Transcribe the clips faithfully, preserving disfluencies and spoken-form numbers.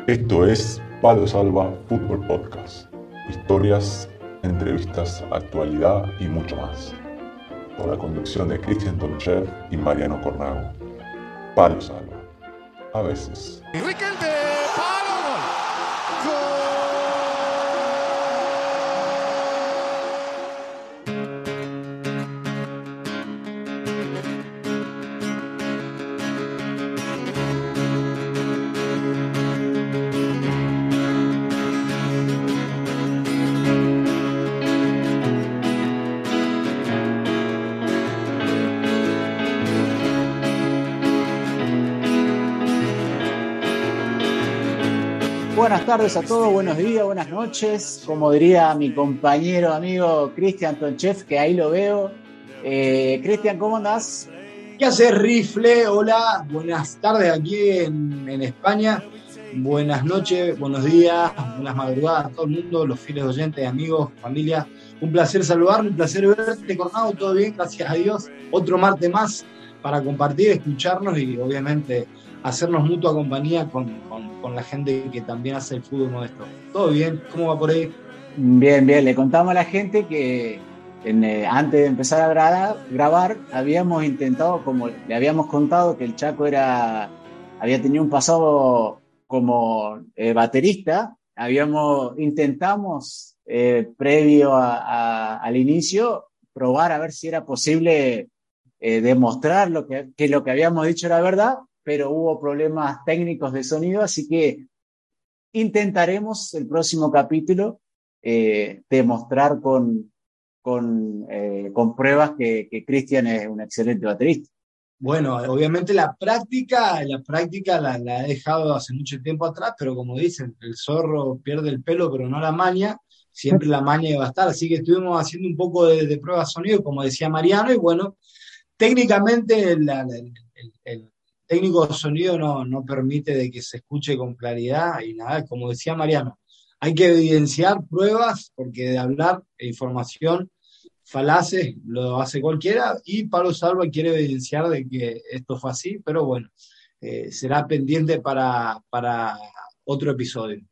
Esto es Palo Salva Fútbol Podcast. Historias, entrevistas, actualidad y mucho más. Con la conducción de Cristian Tonchev y Mariano Cornago. Palo Salva. A veces. Riquelme, palo, gol. Buenas tardes a todos, buenos días, buenas noches. Como diría mi compañero, amigo Cristian Tonchev, que ahí lo veo. Eh, Cristian, ¿cómo andás? ¿Qué haces, Rifle? Hola, buenas tardes aquí en, en España. Buenas noches, buenos días, buenas madrugadas a todo el mundo, los fieles oyentes, amigos, familia. Un placer saludarme, un placer verte, Cornado. Todo bien, gracias a Dios. Otro martes más para compartir, escucharnos y obviamente hacernos mutua compañía con, con, con la gente que también hace el fútbol nuestro. ¿Todo bien? ¿Cómo va por ahí? Bien, bien. Le contamos a la gente que en, eh, antes de empezar a grabar, grabar, habíamos intentado, como le habíamos contado, que el Chaco era, había tenido un pasado como eh, baterista. Habíamos, intentamos, eh, previo a, a, al inicio, probar a ver si era posible eh, demostrar lo que, que lo que habíamos dicho era verdad, pero hubo problemas técnicos de sonido, así que intentaremos el próximo capítulo eh, demostrar con, con, eh, con pruebas que, que Cristian es un excelente baterista. Bueno, obviamente la práctica, la práctica la, la he dejado hace mucho tiempo atrás, pero como dicen, el zorro pierde el pelo, pero no la maña, siempre la maña va a estar, así que estuvimos haciendo un poco de, de prueba de sonido, como decía Mariano, y bueno, técnicamente la, la, el, el técnico de sonido no, no permite de que se escuche con claridad y nada, como decía Mariano, hay que evidenciar pruebas porque de hablar e información falaces lo hace cualquiera y Palo Salva quiere evidenciar de que esto fue así, pero bueno, eh, será pendiente para, para otro episodio.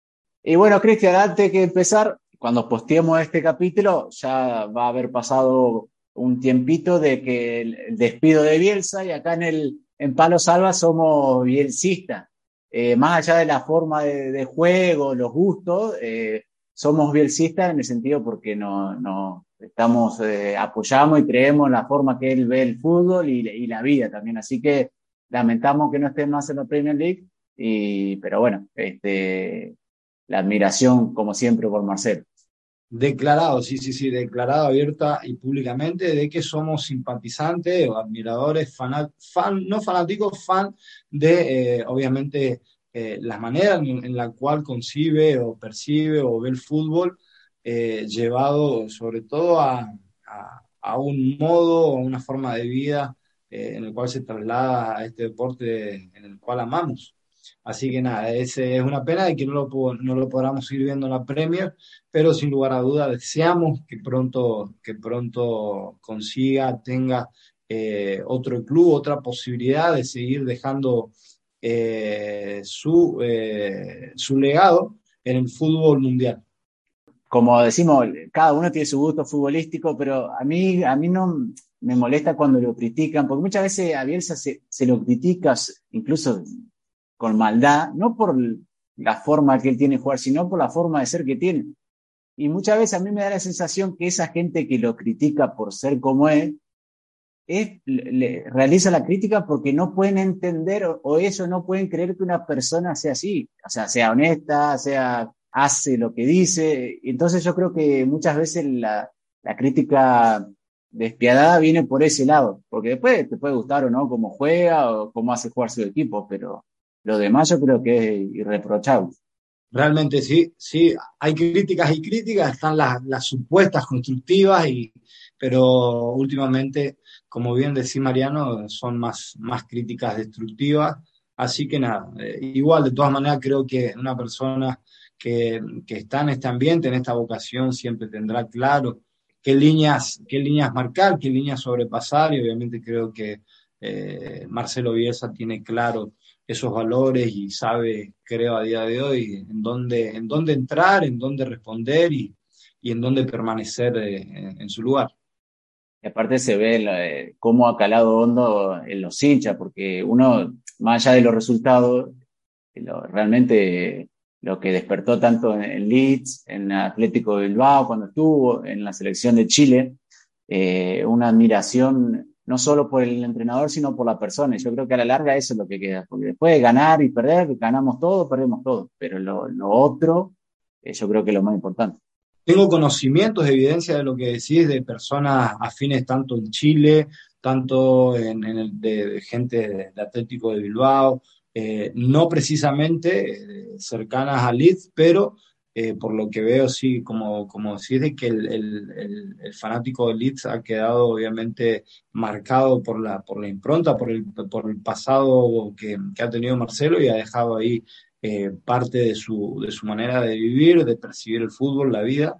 Y bueno, Cristian, antes que empezar, cuando posteemos este capítulo, ya va a haber pasado un tiempito de que el, el despido de Bielsa y acá en el en Palo Salva somos bielsistas. Eh, más allá de la forma de, de juego, los gustos, eh, somos bielsistas en el sentido porque no, no estamos, eh, apoyamos y creemos en la forma que él ve el fútbol y, y la vida también. Así que lamentamos que no esté más en la Premier League, y, pero bueno, este, la admiración como siempre por Marcelo. Declarado, sí, sí, sí, declarado abierta y públicamente de que somos simpatizantes o admiradores, fan, fan no fanáticos, fan de, eh, obviamente, eh, las maneras en, en la cual concibe o percibe o ve el fútbol, eh, llevado sobre todo a, a, a un modo o una forma de vida eh, en el cual se traslada a este deporte en el cual amamos. Así que nada, es, es una pena de que no lo, no lo podamos ir viendo en la Premier, pero sin lugar a dudas deseamos que pronto, que pronto consiga, tenga eh, otro club, otra posibilidad de seguir dejando eh, su, eh, su legado en el fútbol mundial. Como decimos, cada uno tiene su gusto futbolístico, pero a mí, a mí no me molesta cuando lo critican, porque muchas veces a Bielsa se, se lo critica incluso con maldad, no por la forma que él tiene de jugar, sino por la forma de ser que tiene. Y muchas veces a mí me da la sensación que esa gente que lo critica por ser como es, es le, realiza la crítica porque no pueden entender o, o eso, no pueden creer que una persona sea así, o sea, sea honesta, sea, hace lo que dice. Entonces yo creo que muchas veces la, la crítica despiadada viene por ese lado, porque después te puede gustar o no cómo juega o cómo hace jugar su equipo, pero lo demás yo creo que es irreprochable. Realmente sí, sí, hay críticas y críticas, están las, las supuestas constructivas, y, pero últimamente, como bien decía Mariano, son más, más críticas destructivas. Así que nada, eh, igual de todas maneras creo que una persona que, que está en este ambiente, en esta vocación, siempre tendrá claro qué líneas, qué líneas marcar, qué líneas sobrepasar, y obviamente creo que eh, Marcelo Bielsa tiene claro esos valores y sabe, creo, a día de hoy en dónde, en dónde entrar, en dónde responder y, y en dónde permanecer eh, en, en su lugar. Y aparte se ve la, eh, cómo ha calado hondo en los hinchas, porque uno, más allá de los resultados, lo, realmente lo que despertó tanto en, en Leeds, en Atlético de Bilbao, cuando estuvo, en la selección de Chile, eh, una admiración no solo por el entrenador, sino por la persona. Y yo creo que a la larga eso es lo que queda, porque después de ganar y perder, ganamos todo, perdemos todo, pero lo, lo otro, eh, yo creo que es lo más importante. Tengo conocimientos, evidencia de lo que decís, de personas afines tanto en Chile, tanto en, en el, de, de gente de, de Atlético de Bilbao, eh, no precisamente eh, cercanas a Leeds, pero eh, por lo que veo, sí, como, como decís, de que el, el, el, el fanático de Leeds ha quedado obviamente marcado por la, por la impronta, por el, por el pasado que, que ha tenido Marcelo y ha dejado ahí eh, parte de su, de su manera de vivir, de percibir el fútbol, la vida,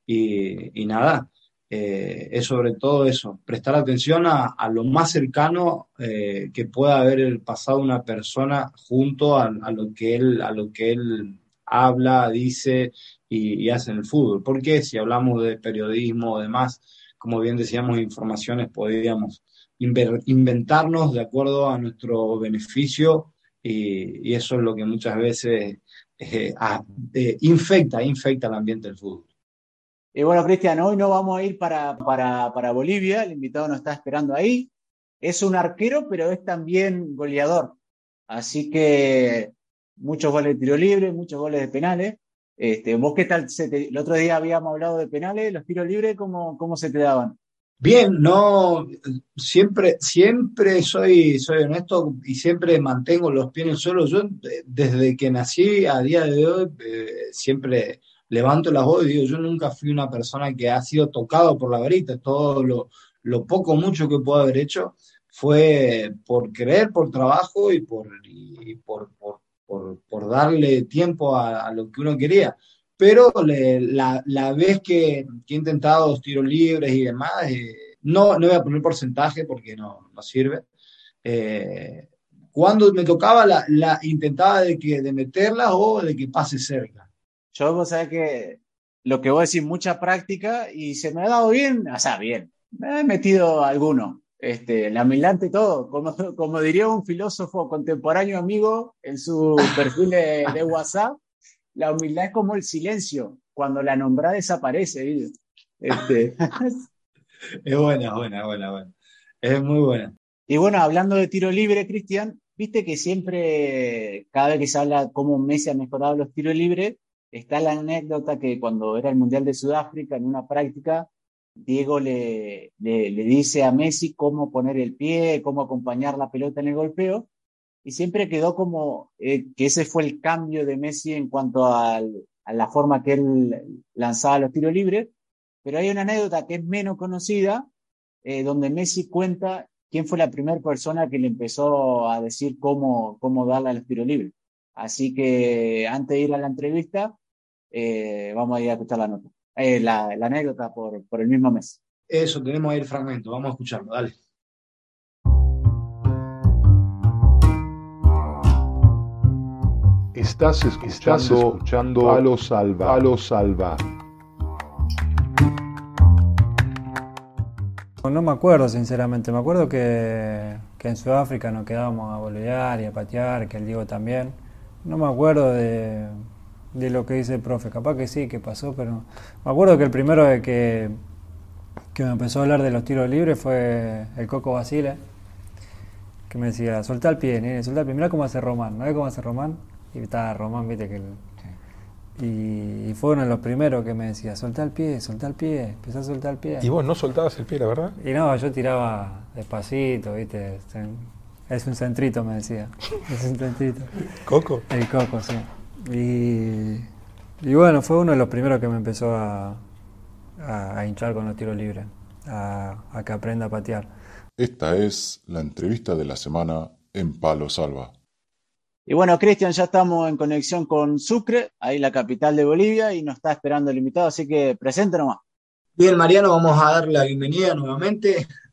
y, y nada, eh, es sobre todo eso, prestar atención a, a lo más cercano eh, que pueda haber pasado una persona junto a, a, lo que él, a lo que él habla, dice y, y hace en el fútbol. Porque si hablamos de periodismo o demás, como bien decíamos, informaciones podríamos inventarnos de acuerdo a nuestro beneficio y, y eso es lo que muchas veces eh, a, eh, infecta, infecta el ambiente del fútbol. Y bueno, Cristian, hoy no vamos a ir para, para, para Bolivia, el invitado nos está esperando ahí. Es un arquero, pero es también goleador. Así que muchos goles de tiro libre, muchos goles de penales. Este, ¿vos qué tal? Se te, el otro día habíamos hablado de penales, los tiros libres, ¿cómo, cómo se te daban? Bien, no, siempre, siempre soy, soy honesto y siempre mantengo los pies en el suelo. Yo, eh, desde que nací a día de hoy, eh, siempre levanto la voz y digo, yo nunca fui una persona que ha sido tocado por la varita. Todo lo, lo poco, mucho que puedo haber hecho fue por querer, por trabajo y por, y por, por, por, por darle tiempo a, a lo que uno quería. Pero le, la, la vez que, que he intentado los tiros libres y demás, eh, no, no voy a poner porcentaje porque no, no sirve. Eh, cuando me tocaba, la, la intentaba de, que, de meterla o de que pase cerca. Yo, vos sabés que lo que vos decís, mucha práctica y se me ha dado bien, o sea, bien, me he metido alguno. Este, la milante y todo, como, como diría un filósofo contemporáneo amigo en su perfil de, de WhatsApp, la humildad es como el silencio, cuando la nombrá desaparece. Este. Es buena, buena, buena, buena. Es muy buena. Y bueno, hablando de tiro libre, Cristian, viste que siempre, cada vez que se habla cómo Messi ha mejorado los tiros libres, está la anécdota que cuando era el Mundial de Sudáfrica, en una práctica, Diego le, le, le dice a Messi cómo poner el pie, cómo acompañar la pelota en el golpeo, y siempre quedó como eh, que ese fue el cambio de Messi en cuanto al, a la forma que él lanzaba los tiros libres, pero hay una anécdota que es menos conocida, eh, donde Messi cuenta quién fue la primera persona que le empezó a decir cómo, cómo darle a los tiros libres. Así que antes de ir a la entrevista, eh, vamos a ir a escuchar la nota, eh, la, la anécdota por, por el mismo Messi. Eso, tenemos ahí el fragmento, vamos a escucharlo, dale. Estás escuchando, Estás escuchando Palo Salva. Palo Salva. No me acuerdo, sinceramente. Me acuerdo que, que en Sudáfrica nos quedábamos a boludear y a patear, que el Diego también. No me acuerdo de, de lo que dice el profe. Capaz que sí, que pasó, pero me acuerdo que el primero de que, que me empezó a hablar de los tiros libres fue el Coco Basile, que me decía, soltá el pie, nene, soltá el pie. Mirá cómo hace Román, ¿no ves cómo hace Román? Y estaba Román, viste que... El, y, y fue uno de los primeros que me decía, soltá el pie, soltá el pie, empezá a soltar el pie. ¿Y vos no soltabas el pie, la verdad? Y no, yo tiraba despacito, viste, es un centrito, me decía, es un centrito. ¿Coco? El Coco, sí. Y, y bueno, fue uno de los primeros que me empezó a, a, a hinchar con los tiros libres, a, a que aprenda a patear. Esta es la entrevista de la semana en Palo Salva. Y bueno, Cristian, ya estamos en conexión con Sucre, ahí la capital de Bolivia, y nos está esperando el invitado, así que presente nomás. Bien, Mariano, vamos a darle la bienvenida nuevamente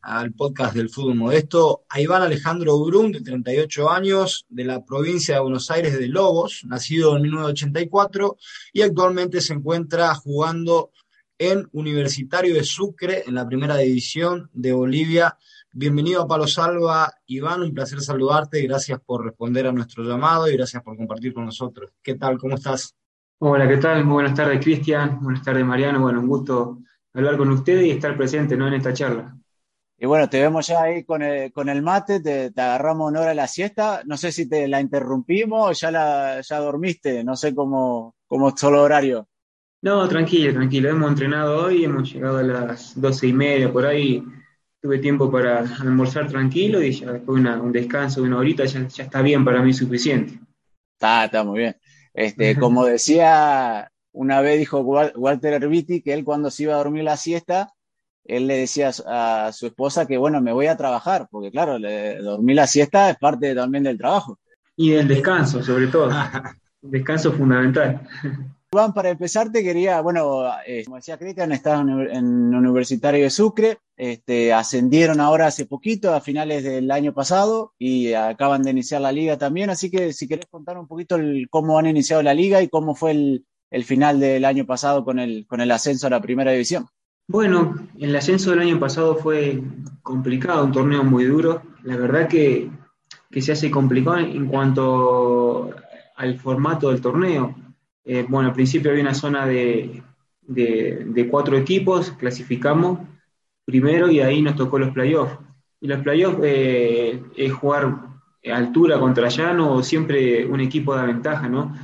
al podcast del Fútbol Modesto a Iván Alejandro Brun, de treinta y ocho años, de la provincia de Buenos Aires, de Lobos, nacido en mil novecientos ochenta y cuatro y actualmente se encuentra jugando en Universitario de Sucre, en la primera división de Bolivia. Bienvenido a Palo Salva, Iván, un placer saludarte, gracias por responder a nuestro llamado y gracias por compartir con nosotros. ¿Qué tal? ¿Cómo estás? Hola, ¿qué tal? Muy buenas tardes, Cristian. Buenas tardes, Mariano. Bueno, un gusto hablar con ustedes y estar presente, ¿no?, en esta charla. Y bueno, te vemos ya ahí con el, con el mate, te, te agarramos en hora de la siesta. No sé si te la interrumpimos o ya, la, ya dormiste, no sé cómo, cómo es solo horario. No, tranquilo, tranquilo. Hemos entrenado hoy, hemos llegado a las doce y media, por ahí. Tuve tiempo para almorzar tranquilo y ya después una, un descanso de una horita ya, ya está bien, para mí suficiente. Está, está muy bien. Este, como decía, una vez dijo Walter Erviti que él cuando se iba a dormir la siesta, él le decía a su esposa que bueno, me voy a trabajar, porque claro, le, dormir la siesta es parte también del trabajo. Y del descanso, sobre todo. Descanso fundamental. Juan, para empezar te quería, bueno, eh, como decía Cristian, estás en Universitario de Sucre, este, ascendieron ahora hace poquito, a finales del año pasado, y acaban de iniciar la liga también, así que si querés contar un poquito el, cómo han iniciado la liga y cómo fue el, el final del año pasado con el, con el ascenso a la primera división. Bueno, el ascenso del año pasado fue complicado, un torneo muy duro, la verdad que, que se hace complicado en cuanto al formato del torneo. Eh, bueno, al principio había una zona de, de, de cuatro equipos, clasificamos primero y ahí nos tocó los playoffs. Y los playoffs eh, es jugar altura contra llano o siempre un equipo da ventaja, ¿no?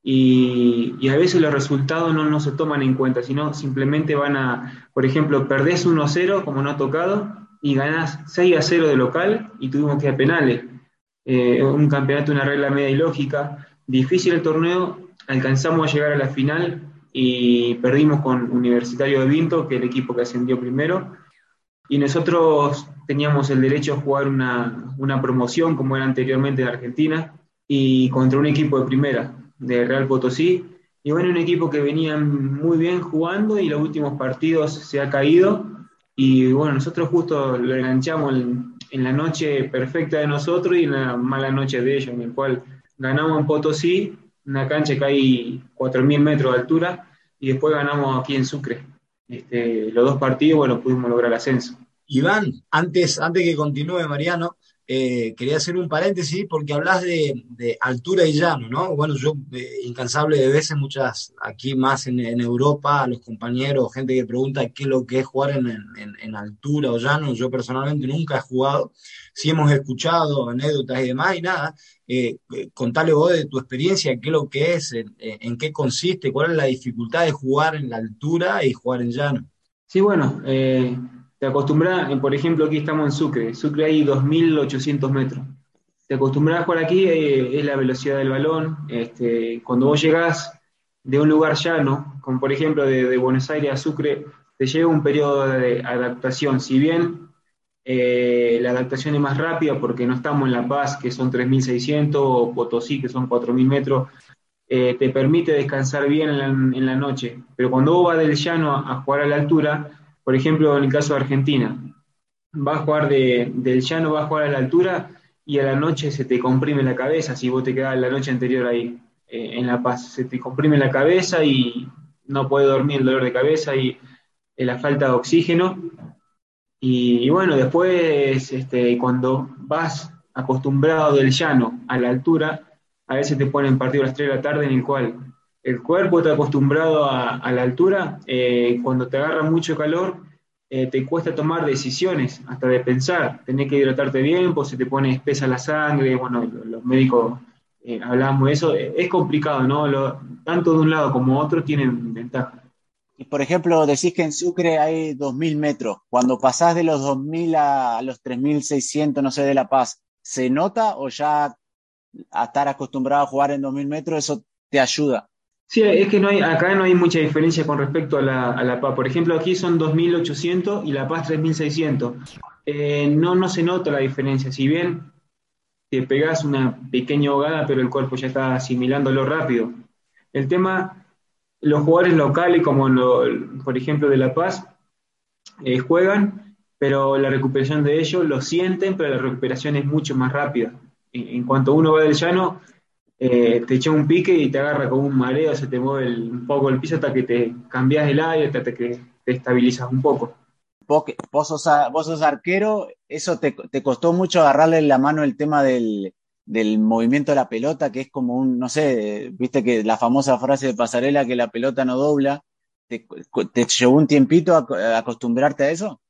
Y, y a veces los resultados no, no se toman en cuenta, sino simplemente van a, por ejemplo, perdés uno a cero, como no ha tocado, y ganás seis a cero de local y tuvimos que ir a penales. Eh, un campeonato, una regla media ilógica, difícil el torneo. Alcanzamos a llegar a la final y perdimos con Universitario de Vinto, que es el equipo que ascendió primero, y nosotros teníamos el derecho a jugar una, una promoción, como era anteriormente en Argentina, y contra un equipo de primera, de Real Potosí, y bueno, un equipo que venía muy bien jugando y los últimos partidos se ha caído, y bueno, nosotros justo lo enganchamos en, en la noche perfecta de nosotros y en la mala noche de ellos, en el cual ganamos en Potosí, una cancha que hay cuatro mil metros de altura, y después ganamos aquí en Sucre. Este, los dos partidos, bueno, pudimos lograr el ascenso. Iván, antes, antes que continúe Mariano, eh, quería hacer un paréntesis porque hablas de, de altura y llano, ¿no? Bueno, yo eh, incansable de veces, muchas aquí más en, en Europa, a los compañeros, gente que pregunta qué es lo que es jugar en, en, en altura o llano. Yo personalmente nunca he jugado, sí hemos escuchado anécdotas y demás, y nada, eh, contale vos de tu experiencia, qué es lo que es, en, en qué consiste, cuál es la dificultad de jugar en la altura y jugar en llano. Sí, bueno, eh, te acostumbras, por ejemplo, aquí estamos en Sucre, Sucre hay dos mil ochocientos metros. Te acostumbras a jugar aquí, eh, es la velocidad del balón. Este, cuando vos llegás de un lugar llano, como por ejemplo de, de Buenos Aires a Sucre, te lleva un periodo de adaptación. Si bien eh, la adaptación es más rápida porque no estamos en La Paz, que son tres mil seiscientos, o Potosí, que son cuatro mil metros, eh, te permite descansar bien en la, en la noche. Pero cuando vos vas del llano a, a jugar a la altura, por ejemplo, en el caso de Argentina, vas a jugar de, del llano, vas a jugar a la altura y a la noche se te comprime la cabeza si vos te quedás la noche anterior ahí eh, en La Paz. Se te comprime la cabeza y no puedes dormir, el dolor de cabeza y eh, la falta de oxígeno. Y, y bueno, después este, cuando vas acostumbrado del llano a la altura, a veces te ponen partido a las tres de la tarde en el cual el cuerpo está acostumbrado a, a la altura, eh, cuando te agarra mucho calor, eh, te cuesta tomar decisiones, hasta de pensar, tenés que hidratarte bien, pues se te pone espesa la sangre, bueno, los, los médicos eh, hablábamos de eso, es complicado, ¿no? Lo, tanto de un lado como otro tienen ventaja. Y por ejemplo, decís que en Sucre hay dos mil metros, cuando pasás de los dos mil a, a los tres mil seiscientos, no sé, de La Paz, ¿se nota o ya a estar acostumbrado a jugar en dos mil metros, eso te ayuda? Sí, es que no hay, acá no hay mucha diferencia con respecto a la, a la Paz. Por ejemplo, aquí son dos mil ochocientos y La Paz tres mil seiscientos. Eh, no, no se nota la diferencia. Si bien te pegás una pequeña ahogada, pero el cuerpo ya está asimilándolo rápido. El tema, los jugadores locales, como lo, por ejemplo de La Paz, eh, juegan pero la recuperación de ellos lo sienten, pero la recuperación es mucho más rápida. En, en cuanto uno va del llano, eh, te echa un pique y te agarra como un mareo, se te mueve el- un poco el piso hasta que te cambias el aire, hasta que te estabilizas un poco. Vos, que- vos sos, a- vos sos arquero, ¿eso te, te costó mucho agarrarle la mano el tema del, del movimiento de la pelota, que es como un, no sé, viste que la famosa frase de Pasarela que la pelota no dobla, ¿te, te llevó un tiempito a, a acostumbrarte a eso?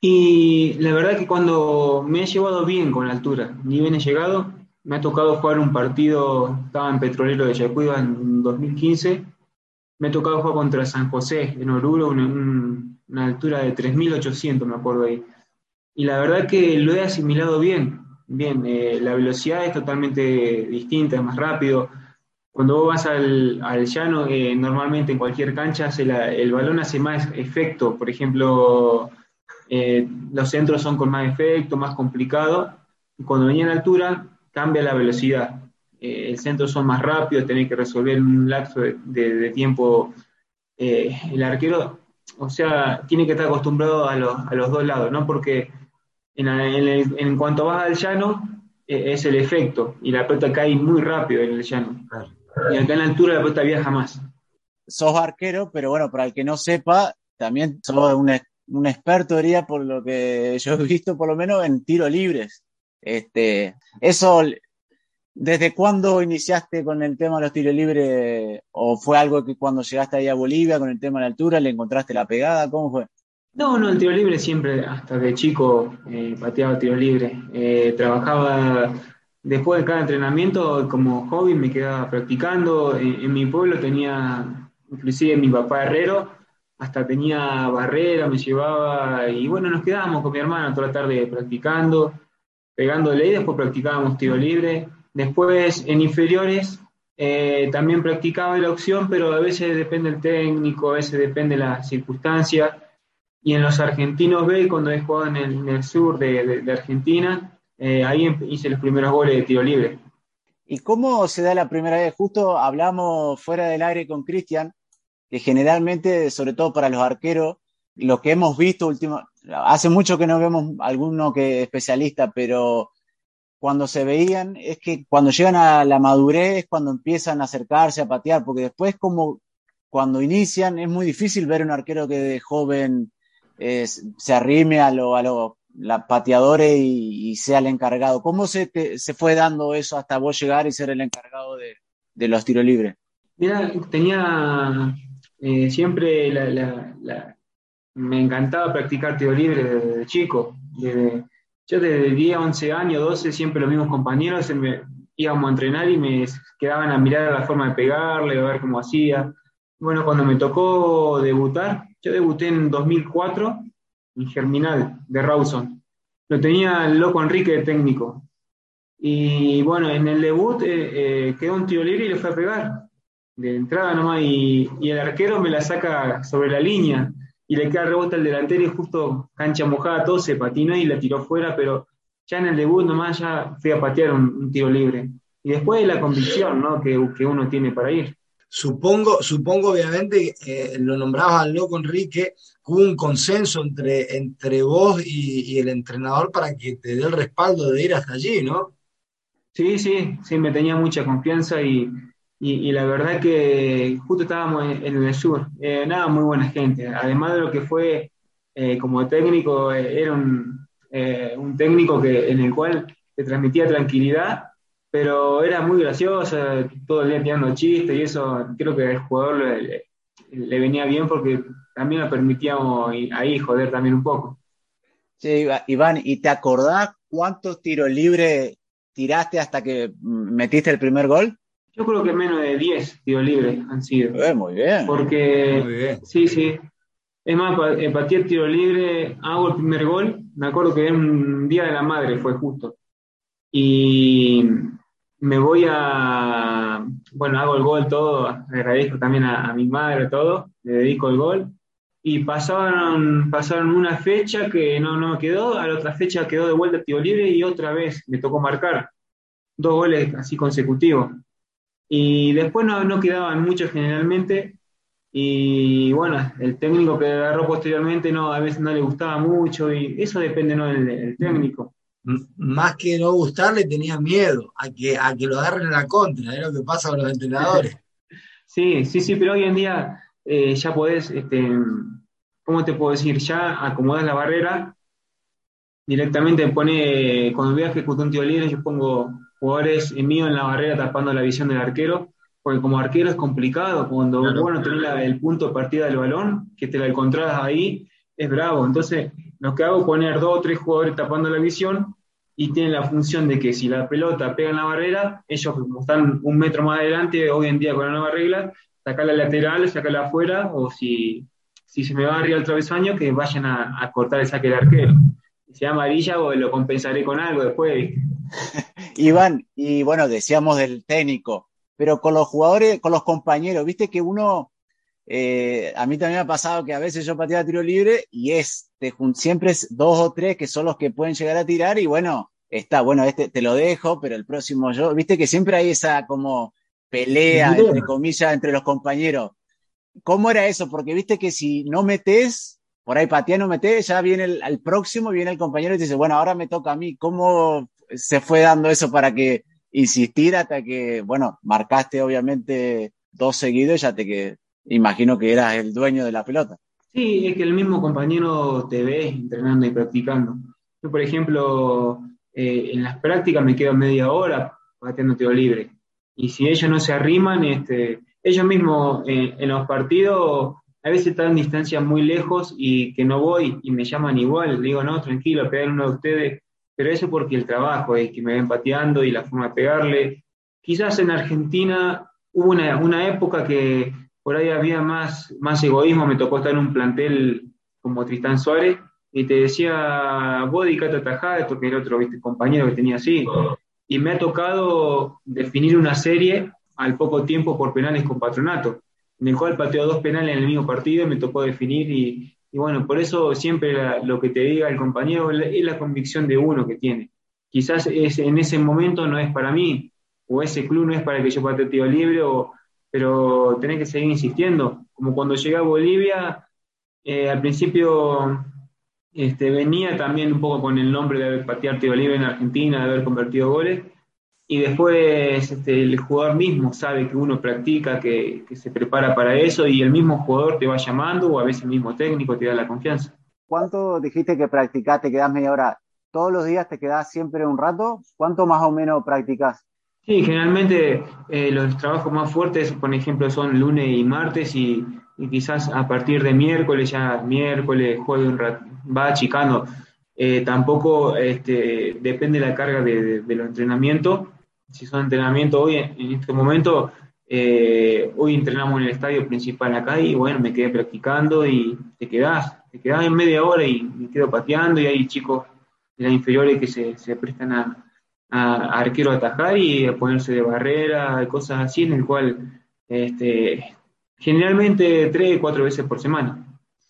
Y la verdad que cuando me he llevado bien con la altura, ni bien he llegado, me ha tocado jugar un partido, estaba en Petrolero de Yacuiba en dos mil quince, me ha tocado jugar contra San José en Oruro, una, un- una altura de tres mil ochocientos, me acuerdo ahí. Y la verdad que lo he asimilado bien, bien, eh, la velocidad es totalmente distinta, es más rápido. Cuando vos vas al, al llano, eh, normalmente en cualquier cancha hace la- el balón hace más efecto, por ejemplo, eh, los centros son con más efecto, más complicado, y cuando venía en altura cambia la velocidad. Eh, el centro son más rápidos, tenés que resolver en un lapso de, de- de tiempo. Eh, el arquero, o sea, tiene que estar acostumbrado a los, a los dos lados, ¿no? Porque en, la- en el- en cuanto vas al llano, eh, es el efecto, y la pelota cae muy rápido en el llano. Y acá en la altura la pelota viaja más. Sos arquero, pero bueno, para el que no sepa, también sos un, ex- un experto, diría, por lo que yo he visto, por lo menos en tiros libres. Este, eso, ¿desde cuándo iniciaste con el tema de los tiros libres? ¿O fue algo que cuando llegaste ahí a Bolivia con el tema de la altura le encontraste la pegada? ¿Cómo fue? No, no, el tiro libre siempre, hasta de chico, eh, pateaba tiro libre. Eh, trabajaba después de cada entrenamiento como hobby, me quedaba practicando. En, en mi pueblo tenía, inclusive mi papá herrero, hasta tenía barrera, me llevaba, y bueno, nos quedábamos con mi hermano toda la tarde practicando, pegándole, y después practicábamos tiro libre. Después en inferiores eh, también practicaba la opción, pero a veces depende el técnico, a veces depende la circunstancia. Y en los argentinos B, cuando he jugado en el, en el sur de, de- de Argentina, eh, ahí em- hice los primeros goles de tiro libre. ¿Y cómo se da la primera vez? Justo hablamos fuera del aire con Cristian, que generalmente, sobre todo para los arqueros, lo que hemos visto último, hace mucho que no vemos alguno que es especialista, pero cuando se veían es que cuando llegan a la madurez es cuando empiezan a acercarse a patear, porque después como cuando inician es muy difícil ver un arquero que de joven eh, se arrime a los a lo, la pateadores y, y sea el encargado. ¿Cómo se, te, se fue dando eso hasta vos llegar y ser el encargado de, de los tiros libres? Mira, tenía eh, siempre la, la- la- me encantaba practicar tiro libre desde chico. Desde, yo desde diez, once años, doce, siempre los mismos compañeros se me- íbamos a entrenar y me quedaban a mirar la forma de pegarle, a ver cómo hacía. Bueno, cuando me tocó debutar, yo debuté en dos mil cuatro en Germinal de Rawson. Lo tenía el loco Enrique de técnico. Y bueno, en el debut eh, eh, quedó un tiro libre y le fue a pegar de entrada nomás, y, y el arquero me la saca sobre la línea y le queda rebota el delantero y justo cancha mojada, todo se patinó y la tiró fuera, pero ya en el debut nomás ya fui a patear un, un tiro libre. Y después la convicción, ¿no? que, que uno tiene para ir. Supongo, supongo obviamente, eh, lo nombrabas al loco Enrique, hubo un consenso entre, entre vos y, y el entrenador para que te dé el respaldo de ir hasta allí, ¿no? Sí, sí, sí, me tenía mucha confianza y, y, y la verdad que justo estábamos en, en el sur, eh, nada, muy buena gente. Además de lo que fue eh, como técnico, eh, era un, eh, un técnico que, en el cual te transmitía tranquilidad, pero era muy gracioso, todo el día tirando chistes y eso creo que al jugador le, le- le venía bien porque también lo permitíamos ahí joder también un poco. Sí, Iván, ¿y te acordás cuántos tiros libres tiraste hasta que metiste el primer gol? Yo creo que menos de diez tiros libres han sido. Eh, muy bien. Porque, Muy bien. sí, sí. Es más, pa- eh, pateé el tiro libre, hago el primer gol. Me acuerdo que era un día de la madre, fue justo. Y me voy a. Bueno, hago el gol todo. Agradezco también a, a mi madre, todo. Le dedico el gol. Y pasaron, pasaron una fecha que no, no quedó. A la otra fecha quedó de vuelta el tiro libre y otra vez me tocó marcar. Dos goles así consecutivos. Y después no, no quedaban muchos generalmente, Y bueno, el técnico que agarró posteriormente no, a veces no le gustaba mucho y eso depende, ¿no? del, del técnico. M- Más que no gustarle, tenía miedo a que, a que lo agarren a la contra, es lo que pasa con los entrenadores. Sí, sí, sí, pero hoy en día eh, ya podés, este, ¿cómo te puedo decir? Ya acomodás la barrera, directamente pone, cuando voy a ejecutar un tiro libre, yo pongo jugadores míos en la barrera tapando la visión del arquero, porque como arquero es complicado, cuando Claro. vos no tenés la- el punto de partida del balón, que te la encontrás ahí, es bravo. Entonces, lo que hago es poner dos o tres jugadores tapando la visión y tienen la función de que si la pelota pega en la barrera, ellos como están un metro más adelante, hoy en día con la nueva regla, sacar la lateral, sacarla afuera, o si, si se me va arriba el travesaño, que vayan a, a cortar el saque del arquero. Si sea amarilla, o lo compensaré con algo después. Iván, y bueno, decíamos del técnico, pero con los jugadores, con los compañeros, viste que uno, eh, a mí también me ha pasado que a veces yo pateaba tiro libre y es, te jun- siempre es dos o tres que son los que pueden llegar a tirar y bueno, está, bueno, este te lo dejo, pero el próximo yo, viste que siempre hay esa como pelea, entre Dilema. comillas, entre los compañeros. ¿Cómo era eso? Porque viste que si no metes, por ahí patea, no metes, ya viene el, al próximo, viene el compañero y te dice, bueno, ahora me toca a mí. ¿Cómo se fue dando eso para que insistir hasta que, bueno, marcaste obviamente dos seguidos, ya te que imagino que eras el dueño de la pelota? Sí, es que el mismo compañero te ve entrenando y practicando. Yo, por ejemplo, eh, en las prácticas me quedo media hora pateando tiro libre. Y si ellos no se arriman, este, ellos mismos eh, en los partidos a veces están en distancias muy lejos y que no voy y me llaman igual. Les digo, no, tranquilo, pegar uno de ustedes. Pero eso porque el trabajo es que me ven pateando y la forma de pegarle. Quizás en Argentina hubo una, una época que por ahí había más, más egoísmo, me tocó estar en un plantel como Tristán Suárez, y te decía, vos dedicate a atajar, esto que el otro, ¿viste? Compañero que tenía así. Y me ha tocado definir una serie al poco tiempo por penales con Patronato, en el cual pateó dos penales en el mismo partido y me tocó definir. Y, y bueno, por eso siempre la- lo que te diga el compañero es la convicción de uno que tiene. Quizás es, en ese momento no es para mí, o ese club no es para que yo patee tiro libre, o pero tenés que seguir insistiendo. Como cuando llegué a Bolivia, eh, al principio este, venía también un poco con el nombre de haber pateado tiro libre en Argentina, de haber convertido goles, y después este, el jugador mismo sabe que uno practica, que, que se prepara para eso, y el mismo jugador te va llamando, o a veces el mismo técnico te da la confianza. ¿Cuánto dijiste que practicás? ¿Te quedás media hora? ¿Todos los días te quedás siempre un rato? ¿Cuánto más o menos practicás? Sí, generalmente eh, los trabajos más fuertes, por ejemplo, son lunes y martes y, y quizás a partir de miércoles, ya miércoles, juegue un rato, va achicando. Eh, tampoco este, depende la carga de, de- de los entrenamientos. Si son entrenamientos hoy, en, en este momento, eh, hoy entrenamos en el estadio principal acá y bueno, me quedé practicando y te quedás, te quedás en media hora y me quedo pateando y hay chicos de las inferiores que se, se prestan a a, a arquero a atajar y a ponerse de barrera, cosas así, en el cual este, generalmente tres, cuatro veces por semana.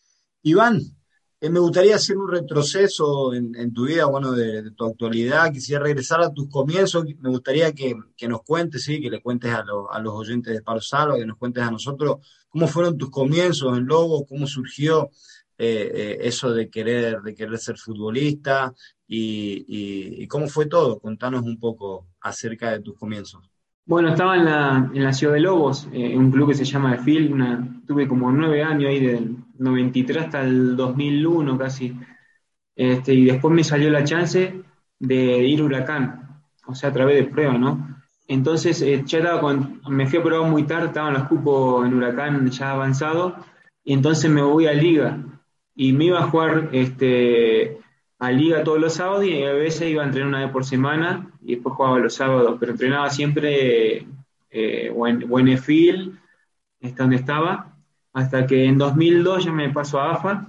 Iván, eh, me gustaría hacer un retroceso en, en tu vida, bueno, de, de tu actualidad. Quisiera regresar a tus comienzos. Me gustaría que, que nos cuentes, sí, que le cuentes a, lo- a los oyentes de Palo Salva, que nos cuentes a nosotros cómo fueron tus comienzos en Lobos, cómo surgió eh, eh, eso de querer, de querer ser futbolista y, y- y cómo fue todo. Contanos un poco acerca de tus comienzos. Bueno, estaba en la, en la Ciudad de Lobos, eh, en un club que se llama El Fil, una, tuve como nueve años ahí, del noventa y tres hasta el dos mil uno casi, este, y después me salió la chance de ir a Huracán, o sea, a través de prueba, ¿no? Entonces, eh, ya estaba con, me fui a probar muy tarde, estaban los cupos en Huracán ya avanzados, y entonces me voy a Liga, y me iba a jugar este, a Liga todos los sábados, y a veces iba a entrenar una vez por semana, y después jugaba los sábados, pero entrenaba siempre eh, o en, o en Efil, está donde estaba, hasta que en dos mil dos ya me paso a AFA,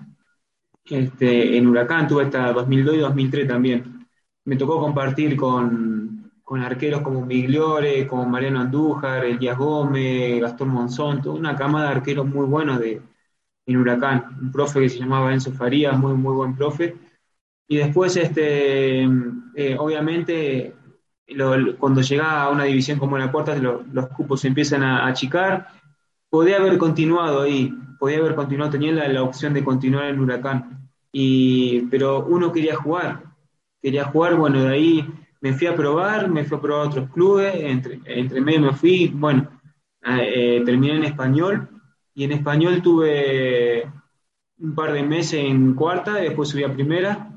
este, en Huracán tuve hasta dos mil dos y dos mil tres también. Me tocó compartir con, con arqueros como Migliore, como Mariano Andújar, Elías Gómez, Gastón Monzón, toda una camada de arqueros muy buenos de, en Huracán. Un profe que se llamaba Enzo Farías, muy, muy buen profe. Y después, este, eh, obviamente, lo- lo- cuando llega a una división como la cuarta, lo- los cupos se empiezan a, a achicar. podía haber continuado ahí, podía haber continuado, tenía la, la opción de continuar en Huracán, y, pero uno quería jugar, quería jugar, bueno, de ahí me fui a probar, me fui a probar a otros clubes, entre, entre medio me fui, bueno, eh, terminé en Español, y en Español tuve un par de meses en cuarta, y después subí a primera,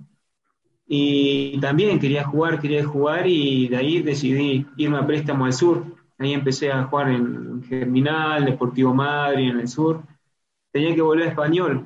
y también quería jugar, quería jugar, y de ahí decidí irme a préstamo al sur. Ahí empecé a jugar en Germinal, Deportivo Madrid, en el sur. Tenía que volver a Español.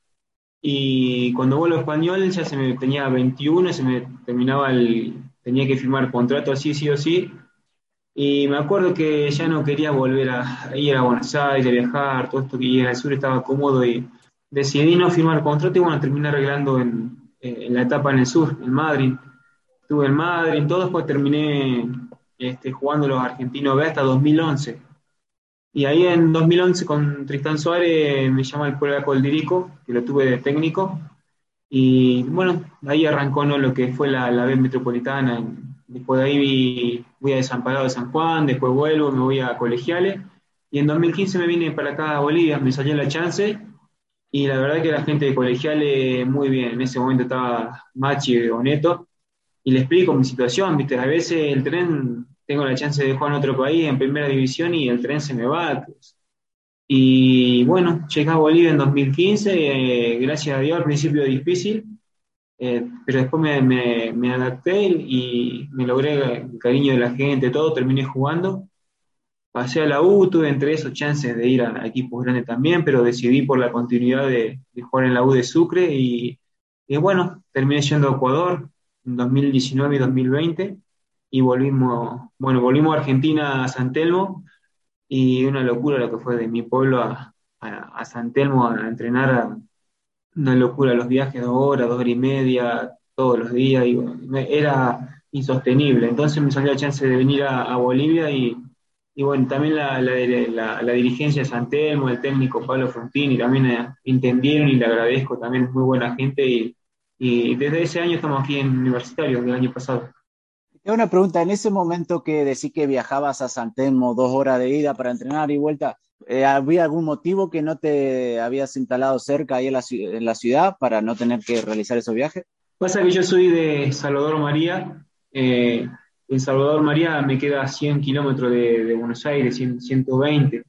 Y cuando vuelvo a Español ya se me tenía veintiuno, se me terminaba el, tenía que firmar contrato así, sí o sí. Y me acuerdo que ya no quería volver a, a ir a Buenos Aires, a viajar, todo esto que en el sur estaba cómodo y decidí no firmar contrato y bueno, terminé arreglando en, en la etapa en el sur, en Madrid. Estuve en Madrid, todo, después terminé este, jugando los argentinos B hasta dos mil once. Y ahí en dos mil once con Tristán Suárez me llama el polaco Coldirico, que lo tuve de técnico, y bueno, ahí arrancó, ¿no?, lo que fue la, la B metropolitana. Después de ahí vi- voy a Desamparado de San Juan, después vuelvo, me voy a Colegiales, y en dos mil quince me vine para acá a Bolivia, me salió la chance, y la verdad que la gente de Colegiales muy bien. En ese momento estaba Machi Boneto, y le explico mi situación, ¿viste? A veces el tren, tengo la chance de jugar en otro país, en primera división, y el tren se me va. Y bueno, llegué a Bolivia en dos mil quince, eh, gracias a Dios, al principio difícil, eh, pero después me, me- me adapté y me logré el cariño de la gente, todo, terminé jugando. Pasé a la U, tuve entre esos chances de ir a, a equipos grandes también, pero decidí por la continuidad de, de jugar en la U de Sucre y, y bueno, terminé yendo a Ecuador en dos mil diecinueve y dos mil veinte y volvimos, bueno, volvimos a Argentina, a San Telmo, y una locura lo que fue de mi pueblo a, a, a San Telmo a entrenar, a- una locura los viajes, dos horas, dos horas y media, todos los días, y bueno, me- era insostenible. Entonces me salió la chance de venir a, a Bolivia y, y bueno, también la, la, la- la dirigencia de San Telmo, el técnico Pablo Frontini, también eh, entendieron y le agradezco, también es muy buena gente y, y desde ese año estamos aquí en Universitario, del año pasado. Tengo una pregunta, en ese momento que decís que viajabas a San Telmo dos horas de ida para entrenar y vuelta, eh, ¿había algún motivo que no te habías instalado cerca ahí en la, ci- en la ciudad para no tener que realizar esos viajes? Pasa que yo soy de Salvador María. eh, en Salvador María me queda cien kilómetros de, de Buenos Aires, cien, ciento veinte.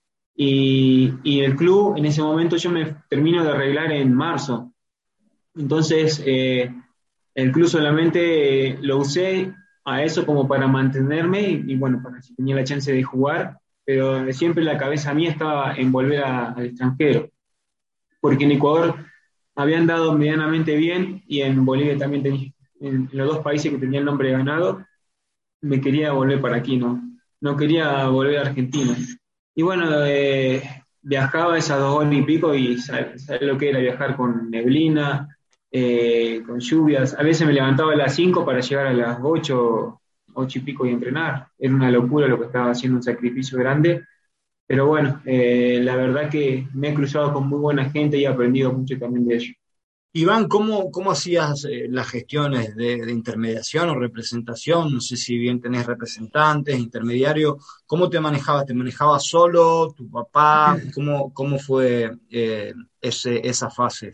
Y, y el club, en ese momento yo me termino de arreglar en marzo. Entonces, eh, el club solamente eh, lo usé a eso como para mantenerme y, y bueno, para si tenía la chance de jugar, pero siempre la cabeza mía estaba en volver a- al extranjero, porque en Ecuador habían dado medianamente bien y en Bolivia también tenía, en los dos países que tenía el nombre ganado, me quería volver para aquí, ¿no? No quería volver a Argentina. Y bueno, eh, viajaba esas dos horas y pico y sabes lo que era viajar con neblina, eh, con lluvias. A veces me levantaba a las cinco para llegar a las ocho, ocho y pico y entrenar. Era una locura lo que estaba haciendo, un sacrificio grande. Pero bueno, eh, la verdad que me he cruzado con muy buena gente y he aprendido mucho también de ellos. Iván, ¿cómo, cómo hacías eh, las gestiones de, de intermediación o representación? No sé si bien tenés representantes, intermediarios. ¿Cómo te manejabas? ¿Te manejabas solo, tu papá? ¿Cómo, cómo fue eh, ese, esa fase?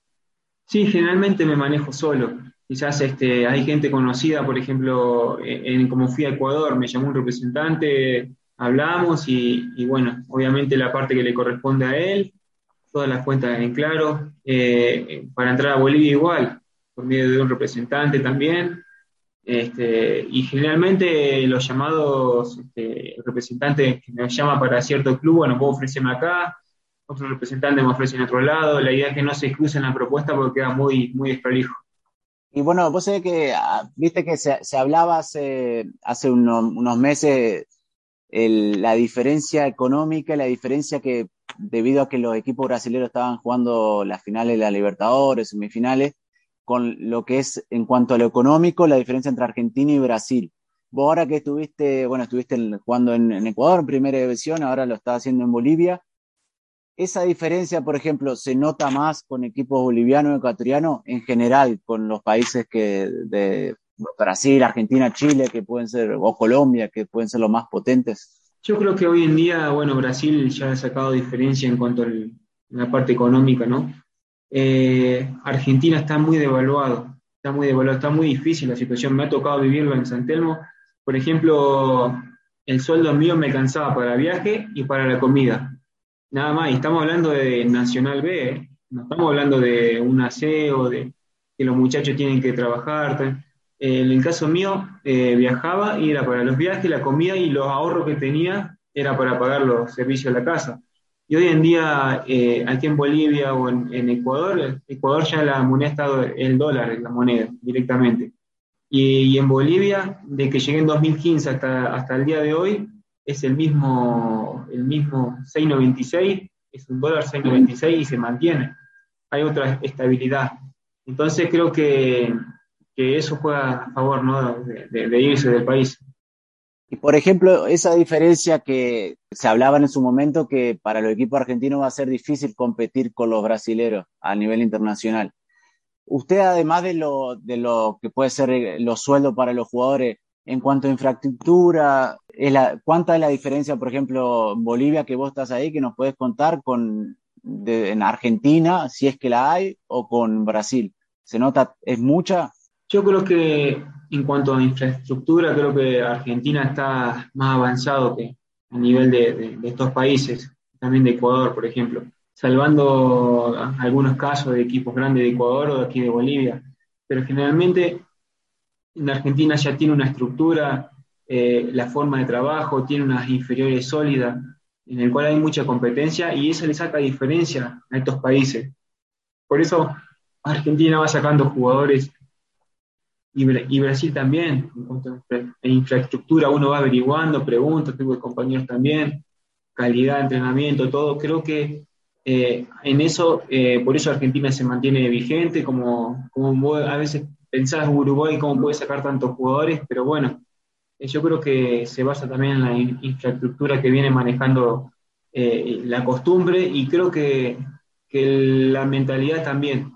Sí, generalmente me manejo solo. Quizás este, hay gente conocida, por ejemplo, en, en- como fui a Ecuador, me llamó un representante, hablamos y, y bueno, obviamente la parte que le corresponde a él, todas las cuentas en claro. Eh, para entrar a Bolivia igual, por medio de un representante también. Este, y generalmente los llamados, este, el representante que me llama para cierto club, bueno, puedo ofrecerme acá, otro representante me ofrece en otro lado, la idea es que no se crucen la propuesta porque queda muy, muy desprolijo. Y bueno, vos sabés que, ah, viste que se, se hablaba hace, hace uno- unos meses el- la diferencia económica, la diferencia que debido a que los equipos brasileños estaban jugando las finales de la Libertadores, semifinales, con lo que es en cuanto a lo económico, la diferencia entre Argentina y Brasil. Vos ahora que estuviste, bueno, estuviste en- jugando en, en Ecuador en primera división, ahora lo estás haciendo en Bolivia. Esa diferencia, por ejemplo, se nota más con equipos bolivianos y ecuatorianos en general, con los países que de Brasil, Argentina, Chile, que pueden ser, o Colombia, que pueden ser los más potentes. Yo creo que hoy en día, bueno, Brasil ya ha sacado diferencia en cuanto a la parte económica, ¿no? Eh, Argentina está muy devaluado, está muy devaluado, está muy difícil la situación. Me ha tocado vivirlo en San Telmo. Por ejemplo, el sueldo mío me alcanzaba para viaje y para la comida. Nada más, y estamos hablando de Nacional B, ¿eh? No estamos hablando de un aseo, de que los muchachos tienen que trabajar. tal. Eh, en el caso mío, eh, viajaba y era para los viajes, la comida y los ahorros que tenía era para pagar los servicios de la casa. Y hoy en día, eh, aquí en Bolivia o en, en Ecuador, Ecuador ya la moneda está el dólar, la moneda directamente. Y, y en Bolivia, de que llegué en dos mil quince hasta, hasta el día de hoy, es el mismo, el mismo seis noventa y seis, es un dólar seis noventa y seis y se mantiene. Hay otra estabilidad. Entonces creo que, que eso juega a favor, ¿no? de, de, de irse del país. Y por ejemplo, esa diferencia que se hablaba en su momento que para los equipos argentinos va a ser difícil competir con los brasileros a nivel internacional. Usted, además de lo, de lo que puede ser eh, los sueldos para los jugadores, en cuanto a infraestructura, es la, ¿cuánta es la diferencia, por ejemplo, en Bolivia, que vos estás ahí, que nos puedes contar con de, en Argentina, si es que la hay, o con Brasil? ¿Se nota, es mucha? Yo creo que en cuanto a infraestructura, creo que Argentina está más avanzado que a nivel de, de, de estos países, también de Ecuador, por ejemplo, salvando algunos casos de equipos grandes de Ecuador o de aquí de Bolivia. Pero generalmente en Argentina ya tiene una estructura, eh, la forma de trabajo, tiene unas inferiores sólidas, en el cual hay mucha competencia y eso le saca diferencia a estos países. Por eso Argentina va sacando jugadores y, y Brasil también. En cuanto a infraestructura, uno va averiguando, pregunta, tuve compañeros también, calidad de entrenamiento, todo. Creo que eh, en eso, eh, por eso Argentina se mantiene vigente, como, como a veces pensás Uruguay cómo puede sacar tantos jugadores, pero bueno, eh, yo creo que se basa también en la in- infraestructura que viene manejando eh, la costumbre y creo que, que la mentalidad también.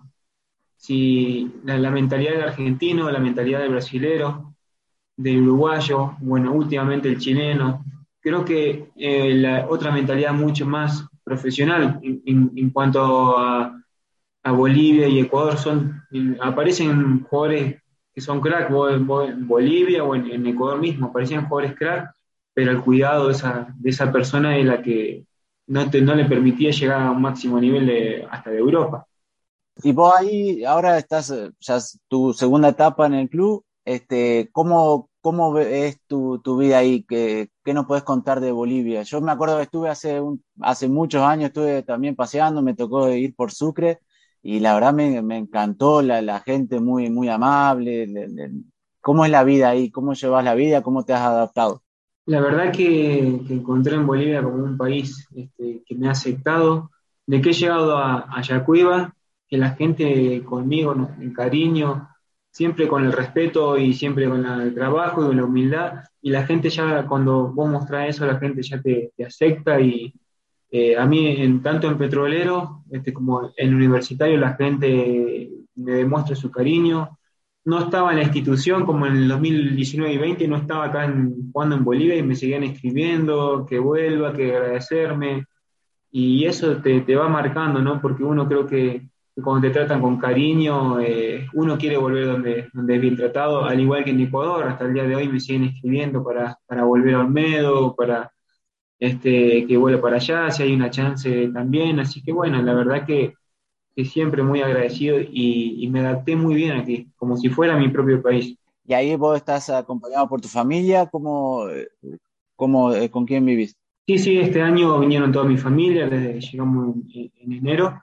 Si la, la mentalidad del argentino, la mentalidad del brasilero, del uruguayo, bueno, últimamente el chileno, creo que eh, la otra mentalidad mucho más profesional en, en- en cuanto a, a Bolivia y Ecuador son, eh, aparecen jugadores que son crack, vos- vos en Bolivia o en, en Ecuador mismo, aparecían jugadores crack, pero el cuidado de esa, de esa persona es la que no, te, no le permitía llegar a un máximo nivel de, hasta de Europa. Y vos ahí, ahora estás, eh, ya es tu segunda etapa en el club, este, ¿cómo, cómo ve- es tu, tu vida ahí? ¿Qué, qué nos puedes contar de Bolivia? Yo me acuerdo que estuve hace, un, hace muchos años, estuve también paseando, me tocó ir por Sucre y la verdad me, me encantó la, la gente muy, muy amable. le- le- ¿Cómo es la vida ahí? ¿Cómo llevas la vida? ¿Cómo te has adaptado? La verdad que, que encontré en Bolivia como un país este, que me ha aceptado, de que he llegado a, a Yacuiba, que la gente conmigo, ¿no? El cariño, siempre con el respeto y siempre con la- el trabajo y con la humildad, y la gente ya cuando vos mostrás eso, la gente ya te, te acepta y eh, a mí, en, tanto en petrolero este, como en universitario, la gente me demuestra su cariño. No estaba en la institución como en el dos mil diecinueve y veinte, no estaba acá en- jugando en Bolivia y me seguían escribiendo que vuelva, que agradecerme. Y eso te, te va marcando, ¿no? Porque uno creo que, que cuando te tratan con cariño, eh, uno quiere volver donde, donde es bien tratado, al igual que en Ecuador. Hasta el día de hoy me siguen escribiendo para, para volver a Olmedo, para este, que vuelva para allá, si hay una chance también. Así que bueno, la verdad que, que siempre muy agradecido y, y me adapté muy bien aquí, como si fuera mi propio país. Y ahí vos estás acompañado por tu familia, ¿cómo, eh, cómo, eh, con quién vivís? Sí, sí, este año vinieron toda mi familia, desde que llegamos en, en enero,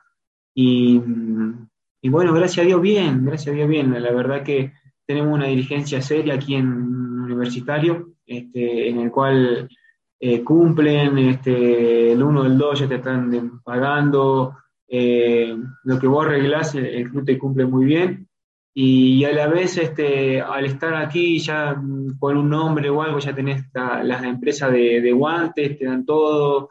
y, mm, y bueno, gracias a Dios bien, gracias a Dios bien. La verdad que tenemos una dirigencia seria aquí en Universitario, este, en el cual eh, cumplen, este, el uno del dos ya te están de- pagando, eh, lo que vos arreglás, el, el club te cumple muy bien. Y a la vez, este, al estar aquí ya mm, con un nombre o algo, ya tenés la- las empresas de, de guantes, te dan todo,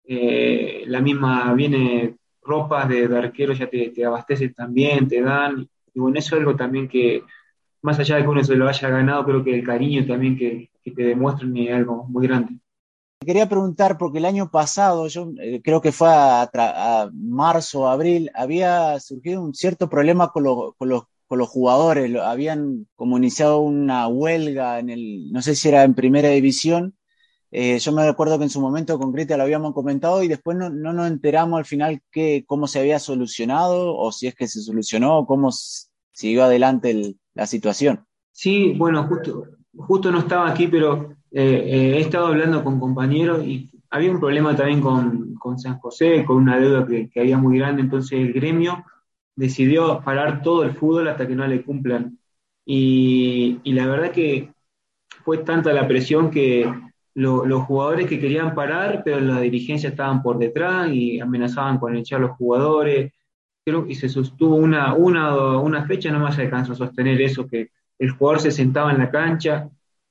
eh, la misma viene ropas de, de arquero, ya te, te abastece también, te dan, y bueno, eso es algo también que, más allá de que uno se lo haya ganado, creo que el cariño también que, que te demuestran es algo muy grande. Quería preguntar, porque el año pasado, yo eh, creo que fue a, a marzo, abril, había surgido un cierto problema con, lo, con, los, con los jugadores. Lo, habían como iniciado una huelga en el, no sé si era en primera división. Eh, yo me recuerdo que en su momento con Cristian lo habíamos comentado y después no, no nos enteramos al final que, cómo se había solucionado o si es que se solucionó o cómo siguió adelante el, la situación. Sí, bueno, justo, justo no estaba aquí, pero eh, eh, he estado hablando con compañeros y había un problema también con, con San José, con una deuda que, que había muy grande, entonces el gremio decidió parar todo el fútbol hasta que no le cumplan. Y, y la verdad que fue tanta la presión que lo- los jugadores que querían parar, pero la dirigencia estaban por detrás y amenazaban con echar a los jugadores. Creo que se sostuvo una, una, una fecha, no más se alcanzó a sostener eso, que el jugador se sentaba en la cancha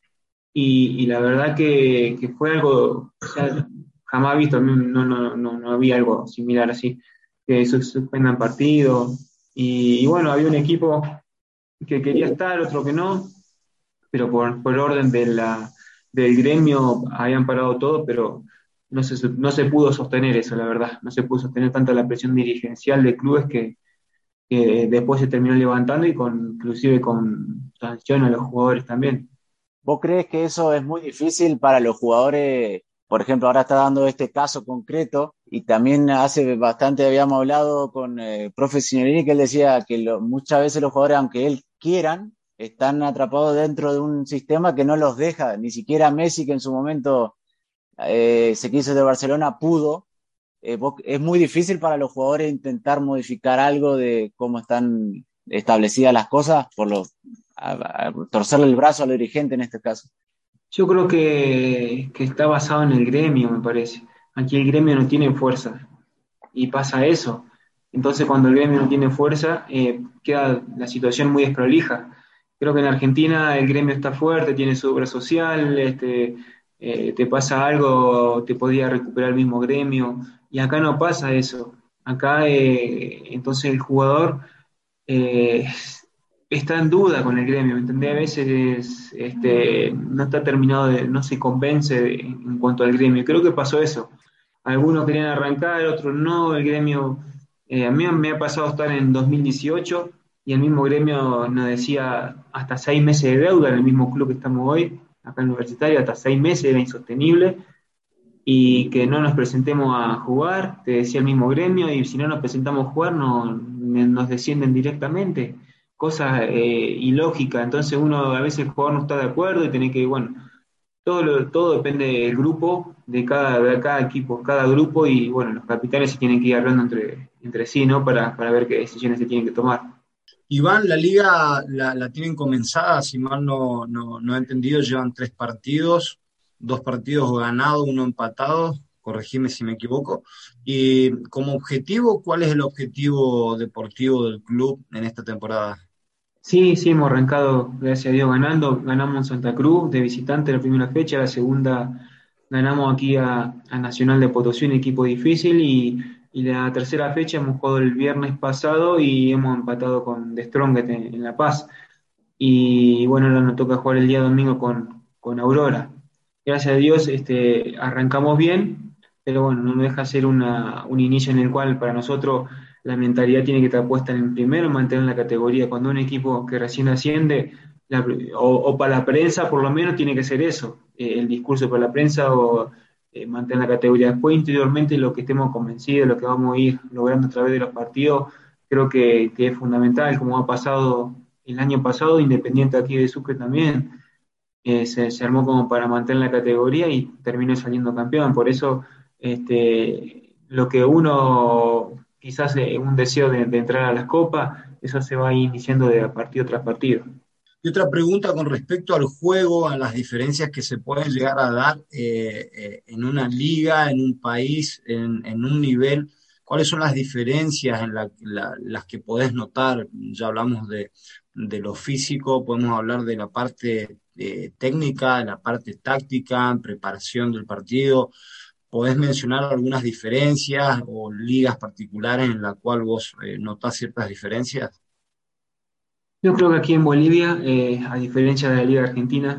y, y la verdad que, que fue algo, o sea, jamás visto, no, no, no, no no había algo similar así, que se suspendan partidos. Y, y bueno, había un equipo que quería estar, otro que no, pero por, por orden de la, del gremio habían parado todo, pero no se, no se pudo sostener eso, la verdad. No se pudo sostener tanta la presión dirigencial de clubes que, que después se terminó levantando y con, inclusive con sanción a los jugadores también. ¿Vos crees que eso es muy difícil para los jugadores? Por ejemplo, ahora está dando este caso concreto y también hace bastante habíamos hablado con el profe Signorini que él decía que lo, muchas veces los jugadores, aunque él quieran, están atrapados dentro de un sistema que no los deja, ni siquiera Messi, que en su momento eh, se quiso de Barcelona, pudo. Eh, vos- es muy difícil para los jugadores intentar modificar algo de cómo están establecidas las cosas, por lo, a, a torcerle el brazo al dirigente en este caso. Yo creo que, que está basado en el gremio, me parece. Aquí el gremio no tiene fuerza y pasa eso. Entonces, cuando el gremio no tiene fuerza, eh, queda la situación muy desprolija. Creo que en Argentina el gremio está fuerte, tiene su obra social, este, eh, te pasa algo, te podía recuperar el mismo gremio, y acá no pasa eso. Acá, eh, entonces, el jugador eh, está en duda con el gremio, ¿me entendés? A veces este, no está terminado, de, no se convence de- en cuanto al gremio. Creo que pasó eso. Algunos querían arrancar, otros no. El gremio, eh, a mí me ha pasado estar en dos mil dieciocho y el mismo gremio nos decía hasta seis meses de deuda en el mismo club que estamos hoy, acá en Universitario, hasta seis meses era insostenible y que no nos presentemos a jugar, te decía el mismo gremio, y si no nos presentamos a jugar no, nos descienden directamente, cosas eh, ilógicas. Entonces uno a veces el jugador no está de acuerdo y tiene que, bueno, todo, lo- todo depende del grupo, de cada, de cada equipo, cada grupo, y bueno, los capitanes se tienen que ir hablando entre, entre sí, ¿no? Para, para ver qué decisiones se tienen que tomar. Iván, la liga la, la tienen comenzada, si mal no, no, no he entendido, llevan tres partidos, dos partidos ganados, uno empatado, corregime si me equivoco. Y como objetivo, ¿cuál es el objetivo deportivo del club en esta temporada? Sí, sí, hemos arrancado, gracias a Dios, ganando. Ganamos en Santa Cruz de visitante la primera fecha, la segunda ganamos aquí a, a Nacional de Potosí, un equipo difícil, y, y la tercera fecha hemos jugado el viernes pasado y hemos empatado con The Strongest en, en La Paz. Y bueno, ahora nos toca jugar el día domingo con, con Aurora. Gracias a Dios este, arrancamos bien, pero bueno, no deja ser una, un inicio en el cual para nosotros la mentalidad tiene que estar puesta en primero, mantener la categoría. Cuando un equipo que recién asciende, la- o, o para la prensa por lo menos tiene que ser eso, eh, el discurso para la prensa o eh, mantener la categoría. Después, interiormente, lo que estemos convencidos, lo que vamos a ir logrando a través de los partidos, creo que, que es fundamental, como ha pasado el año pasado. Independiente aquí de Sucre también eh, se, se armó como para mantener la categoría y terminó saliendo campeón. Por eso, este, lo que uno quizás eh, un deseo de, de entrar a las copas, eso se va iniciando de partido tras partido. Y otra pregunta con respecto al juego, a las diferencias que se pueden llegar a dar eh, eh, en una liga, en un país, en, en un nivel. ¿Cuáles son las diferencias en la- la- las que podés notar? Ya hablamos de, de lo físico, podemos hablar de la parte eh, técnica, de la parte táctica, preparación del partido. ¿Podés mencionar algunas diferencias o ligas particulares en la cual vos eh, notás ciertas diferencias? Yo creo que aquí en Bolivia, eh, a diferencia de la Liga Argentina,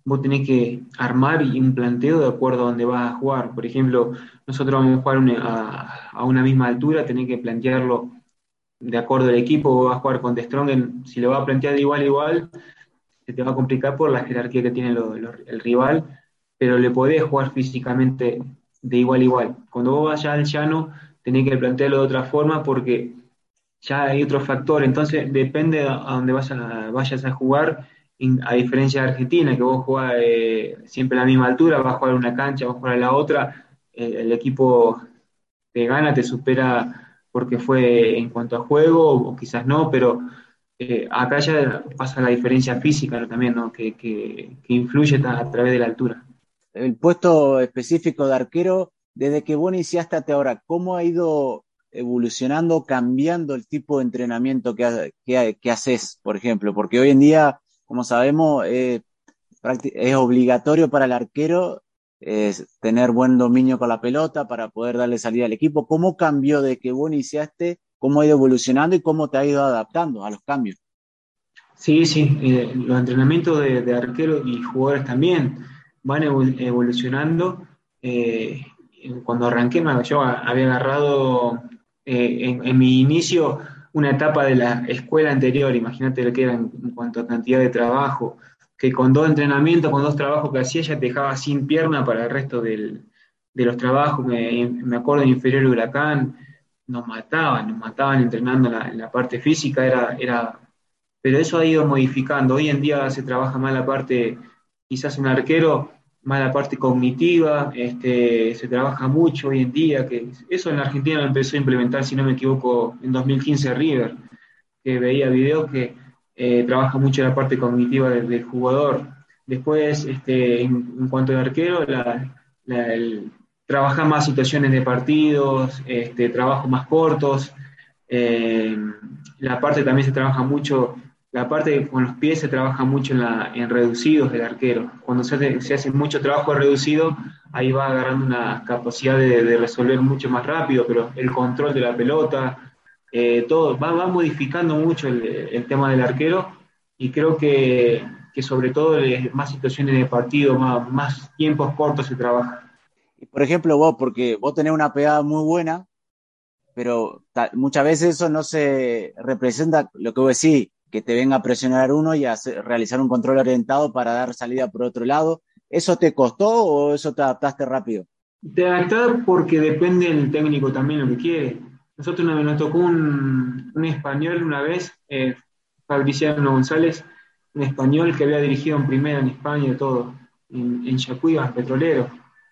vos tenés que armar y un planteo de acuerdo a dónde vas a jugar. Por ejemplo, nosotros vamos a jugar una- a, a una misma altura, tenés que plantearlo de acuerdo al equipo. Vos vas a jugar con De Strong, si lo vas a plantear de igual a igual, se te va a complicar por la jerarquía que tiene lo- lo- el rival, pero le podés jugar físicamente de igual a igual. Cuando vos vayas al llano, tenés que plantearlo de otra forma porque ya hay otro factor, entonces depende a a dónde vayas a, vayas a jugar, in- a diferencia de Argentina, que vos jugás eh, siempre a la misma altura, vas a jugar una cancha, vas a jugar a la otra, eh, el equipo te gana, te supera porque fue en cuanto a juego, o quizás no, pero eh, acá ya pasa la diferencia física, ¿no? También, ¿no? Que, que, que influye ta- a través de la altura. El puesto específico de arquero, desde que vos iniciaste hasta ahora, ¿cómo ha ido evolucionando, cambiando el tipo de entrenamiento que, ha- que, ha- que haces, por ejemplo? Porque hoy en día, como sabemos, eh, prácti- es obligatorio para el arquero es tener buen dominio con la pelota para poder darle salida al equipo. ¿Cómo cambió de que vos iniciaste, cómo ha ido evolucionando y cómo te ha ido adaptando a los cambios? Sí, sí, eh, los entrenamientos de, de arqueros y jugadores también van evo- evolucionando. Eh, Cuando arranqué, me- yo a- había agarrado eh, en, en mi inicio una etapa de la escuela anterior, imagínate lo que era en, en cuanto a cantidad de trabajo, que con dos entrenamientos, con dos trabajos que hacía, ya te dejaba sin pierna para el resto del- de los trabajos. Me, me acuerdo en Inferior de Huracán, nos mataban, nos mataban entrenando la, en la parte física, era, era pero eso ha ido modificando. Hoy en día se trabaja más la parte, quizás un arquero, más la parte cognitiva, este, se trabaja mucho hoy en día, que eso en la Argentina lo empezó a implementar, si no me equivoco, en dos mil quince River, que veía videos que eh, trabaja mucho la parte cognitiva del, del jugador. Después, este, en, en cuanto al arquero, la, la, el, trabaja más situaciones de partidos, este, trabajos más cortos. Eh, la parte también se trabaja mucho, la parte con los pies se trabaja mucho en, la, en reducidos del arquero. Cuando se hace, se hace mucho trabajo reducido, ahí va agarrando una capacidad de, de resolver mucho más rápido, pero el control de la pelota, eh, todo, va, va modificando mucho el, el tema del arquero y creo que, que sobre todo en más situaciones de partido, más, más tiempos cortos se trabaja. Y por ejemplo, vos, porque vos tenés una pegada muy buena, pero ta- muchas veces eso no se representa lo que vos decís, que te venga a presionar uno y a hacer- realizar un control orientado para dar salida por otro lado. ¿Eso te costó o eso te adaptaste rápido? Te adaptás porque depende del técnico también lo que quiere. Nosotros una vez nos tocó un, un español una vez, eh, Fabriciano González, un español que había dirigido en primera en España y todo, en, en Yacuiba, Petrolero.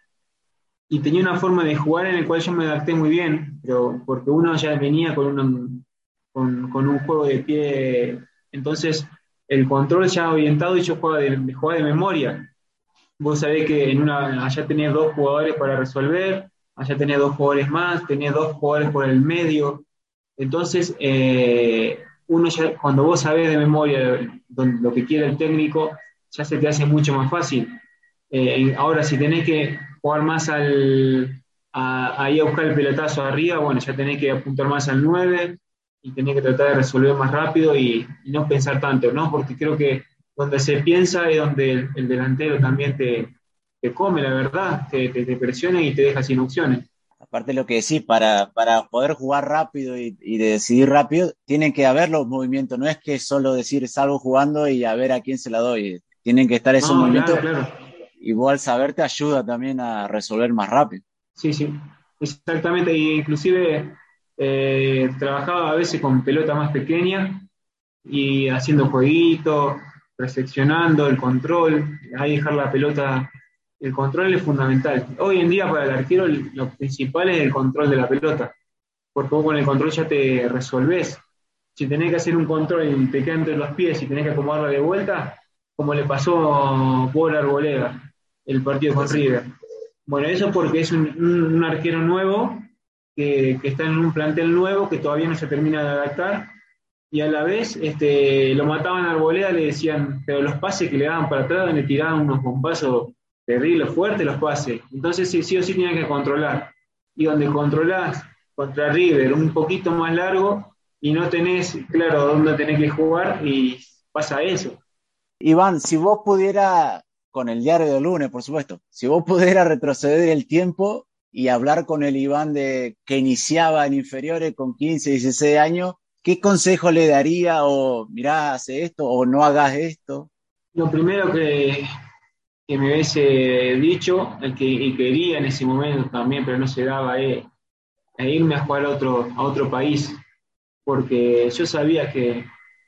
Y tenía una forma de jugar en el cual yo me adapté muy bien, pero porque uno ya venía con un, con, con un juego de pie, entonces el control ya orientado y yo jugaba de, jugaba de memoria. Vos sabés que en una, allá tenía dos jugadores para resolver, allá tenía dos jugadores más, tenía dos jugadores por el medio. Entonces, eh, uno ya, cuando vos sabés de memoria don- lo que quiere el técnico, ya se te hace mucho más fácil. Eh, ahora, si tenés que jugar más al, a, ahí a buscar el pelotazo arriba, bueno, ya tenés que apuntar más al nueve y tenés que tratar de resolver más rápido y, y no pensar tanto, ¿no? Porque creo que donde se piensa es donde el, el delantero también te, te come, la verdad, te, te, te presiona y te deja sin opciones. Aparte de lo que decís, para, para poder jugar rápido y, y decidir rápido, tienen que haber los movimientos. No es que solo decir salgo jugando y a ver a quién se la doy. Tienen que estar esos No, movimientos. claro, claro. Igual saber te ayuda también a resolver más rápido. Sí, sí, exactamente. Y inclusive eh, trabajaba a veces con pelota más pequeña y haciendo jueguito, recepcionando el control, ahí dejar la pelota. El control es fundamental. Hoy en día para el arquero lo principal es el control de la pelota, porque vos con el control ya te resolvés. Si tenés que hacer un control y te queda entre los pies y tenés que acomodarla de vuelta, como le pasó por Arboleda, el partido Sí, con sí. River. Bueno, eso porque es un, un- un arquero nuevo, que, que está en un plantel nuevo, que todavía no se termina de adaptar, y a la vez este, lo mataban a Arboleda, le decían, pero los pases que le daban para atrás, le tiraban unos bombazos terribles, fuertes los pases. Entonces sí, sí o sí tenía que controlar. Y donde controlás contra River un poquito más largo y no tenés claro dónde tenés que jugar y pasa eso. Iván, si vos pudieras con el diario del lunes, por supuesto. Si vos pudieras retroceder el tiempo y hablar con el Iván de, que iniciaba en inferiores con quince, dieciséis años, ¿qué consejo le daría? O mirá, hace esto, o no hagas esto. Lo primero que, que me hubiese dicho, el que y quería en ese momento también, pero no se daba, es e irme a jugar a otro, a otro país, porque yo sabía que,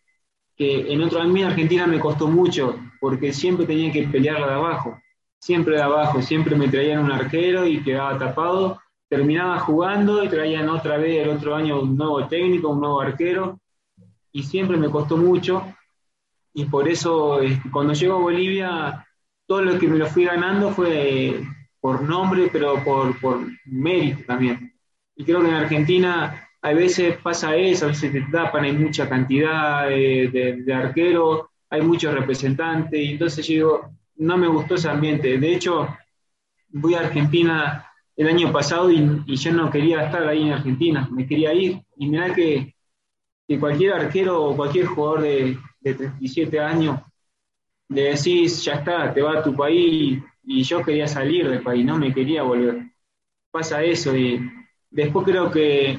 que en otro, a mí en Argentina me costó mucho, porque siempre tenía que pelearla de abajo, siempre de abajo, siempre me traían un arquero y quedaba tapado, terminaba jugando y traían otra vez el otro año un nuevo técnico, un nuevo arquero, y siempre me costó mucho, y por eso este, cuando llego a Bolivia, todo lo que me lo fui ganando fue por nombre, pero por, por mérito también. Y creo que en Argentina a veces pasa eso, a veces te tapan, hay mucha cantidad de, de, de arqueros, hay muchos representantes, y entonces yo digo, no me gustó ese ambiente. De hecho, voy a Argentina el año pasado y, y yo no quería estar ahí en Argentina, me quería ir. Y mirá que, que cualquier arquero o cualquier jugador de, de treinta y siete años, le decís, ya está, te vas a tu país, y yo quería salir del país, no me quería volver. Pasa eso, y después creo que,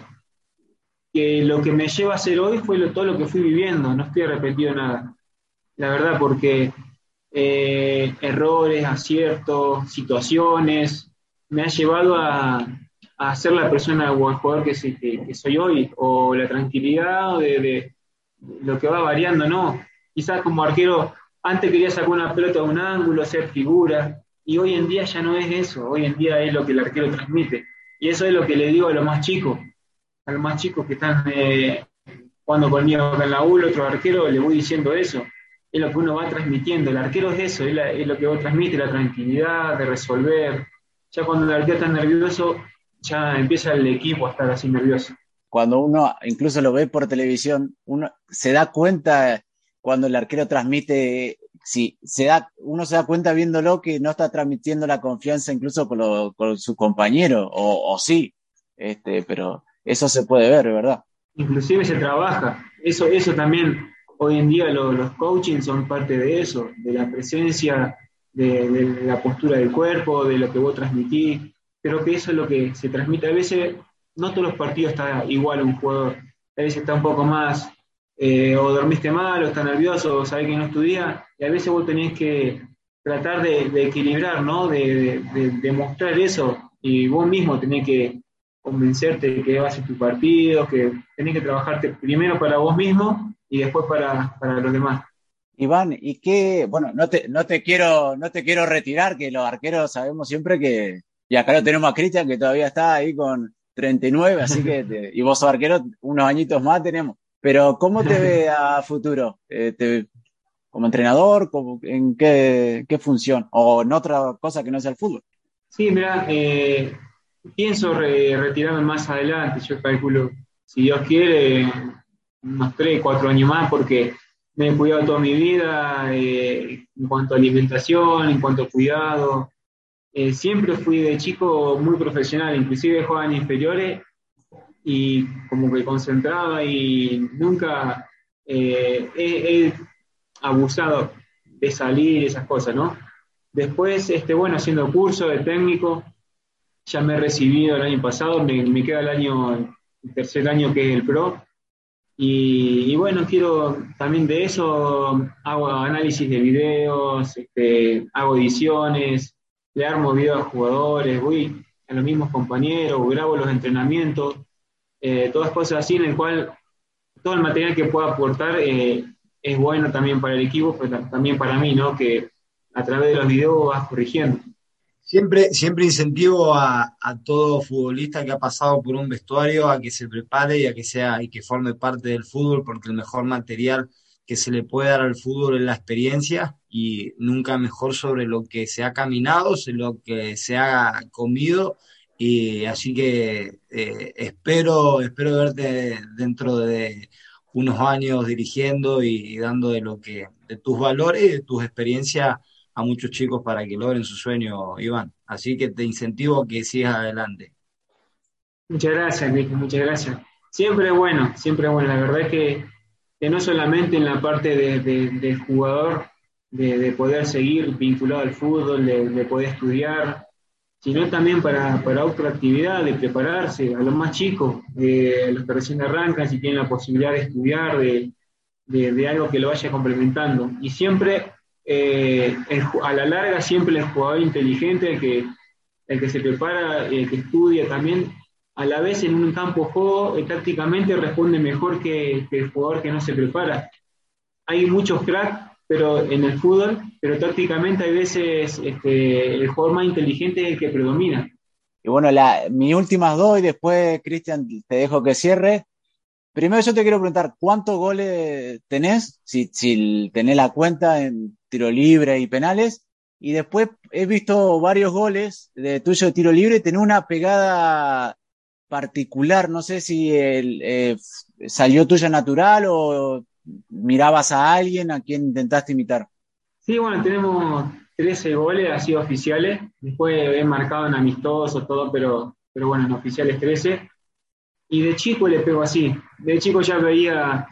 que lo que me lleva a ser hoy fue lo, todo lo que fui viviendo, no estoy arrepentido de nada, la verdad, porque eh, errores, aciertos, situaciones, me ha llevado a, a ser la persona o el jugador que, soy- que, que soy hoy, o la tranquilidad de, de lo que va variando, ¿no? Quizás como arquero, antes quería sacar una pelota de un ángulo, hacer figura, y hoy en día ya no es eso, hoy en día es lo que el arquero transmite. Y eso es lo que le digo a los más chicos, a los más chicos que están eh, jugando conmigo acá en la U, el otro arquero, le voy diciendo eso. Es lo que uno va transmitiendo. El arquero es eso, es, la- es lo que vos transmite, la tranquilidad de resolver. Ya cuando el arquero está nervioso, ya empieza el equipo a estar así nervioso. Cuando uno incluso lo ve por televisión, uno se da cuenta cuando el arquero transmite, sí, se da, uno se da cuenta viéndolo que no está transmitiendo la confianza incluso con, lo, con su compañero, o, o sí, este, pero eso se puede ver, ¿verdad? Inclusive se trabaja. Eso, eso también, hoy en día lo- los coaching son parte de eso, de la presencia, de, de la postura del cuerpo, de lo que vos transmitís. Creo que eso es lo que se transmite. A veces, no todos los partidos está igual un jugador. A veces está un poco más, eh, o dormiste mal, o está nervioso, o sabés que no estudia, y a veces vos tenés que tratar de, de equilibrar, ¿no? De, de, de- de mostrar eso, y vos mismo tenés que convencerte de que vas a hacer tu partido, que tenés que trabajarte primero para vos mismo y después para, para los demás. Iván, y qué, bueno, no te, no te quiero, no te quiero retirar, que los arqueros sabemos siempre que, y acá lo tenemos a Cristian, que todavía está ahí con treinta y nueve, así que, te- y vos sos arquero, unos añitos más tenemos. Pero, ¿cómo te ve a futuro? Eh, te- ¿como entrenador? Como, ¿en qué, qué función? ¿O en otra cosa que no sea el fútbol? Sí, mira, eh, pienso re- retirarme más adelante, yo calculo, si Dios quiere, unos tres, cuatro años más, porque me he cuidado toda mi vida eh, en cuanto a alimentación, en cuanto a cuidado. Eh, siempre fui de chico muy profesional, inclusive jugaba en inferiores y como que concentraba y nunca eh, he, he abusado de salir esas cosas, ¿no? Después, este, bueno, haciendo curso de técnico, ya me he recibido el año pasado, me, me queda el año, el tercer año que es el Pro, y, y bueno, quiero también de eso, hago análisis de videos, este, hago ediciones, le armo videos a jugadores, voy a los mismos compañeros, grabo los entrenamientos, eh, todas cosas así en el cual todo el material que pueda aportar eh, es bueno también para el equipo, pero también para mí, ¿no? Que a través de los videos vas corrigiendo. Siempre, siempre incentivo a, a todo futbolista que ha pasado por un vestuario a que se prepare y a que sea y que forme parte del fútbol, porque el mejor material que se le puede dar al fútbol es la experiencia y nunca mejor sobre lo que se ha caminado, sobre lo que se ha comido. Y así que eh, espero, espero verte dentro de unos años dirigiendo y, y dando de lo que, de tus valores y de tus experiencias a muchos chicos para que logren su sueño, Iván. Así que te incentivo a que sigas adelante. Muchas gracias, Nico, muchas gracias. Siempre es bueno, siempre es bueno. La verdad es que, que no solamente en la parte de, de- del jugador de, de poder seguir vinculado al fútbol, de, de poder estudiar, sino también para, para otra actividad, de prepararse a los más chicos, eh, a los que recién arrancan, si tienen la posibilidad de estudiar, de, de, de algo que lo vaya complementando. Y siempre, eh, el, a la larga, siempre el jugador inteligente, el que, el que se prepara, el que estudia también, a la vez en un campo de juego, eh, tácticamente responde mejor que, que el jugador que no se prepara. Hay muchos cracks pero en el fútbol, pero tácticamente hay veces este, el jugador más inteligente es el que predomina. Y bueno, la, mis últimas dos y después, Cristian, te dejo que cierre. Primero yo te quiero preguntar, ¿cuántos goles tenés? Si, si tenés la cuenta en tiro libre y penales. Y después he visto varios goles de tuyo de tiro libre, tenés una pegada particular, no sé si el, eh, salió tuya natural o mirabas a alguien a quien intentaste imitar. Sí, bueno, tenemos trece goles así oficiales, después he marcado en amistosos, todo, pero, pero bueno, en oficiales trece. Y de chico le pego así, de chico ya veía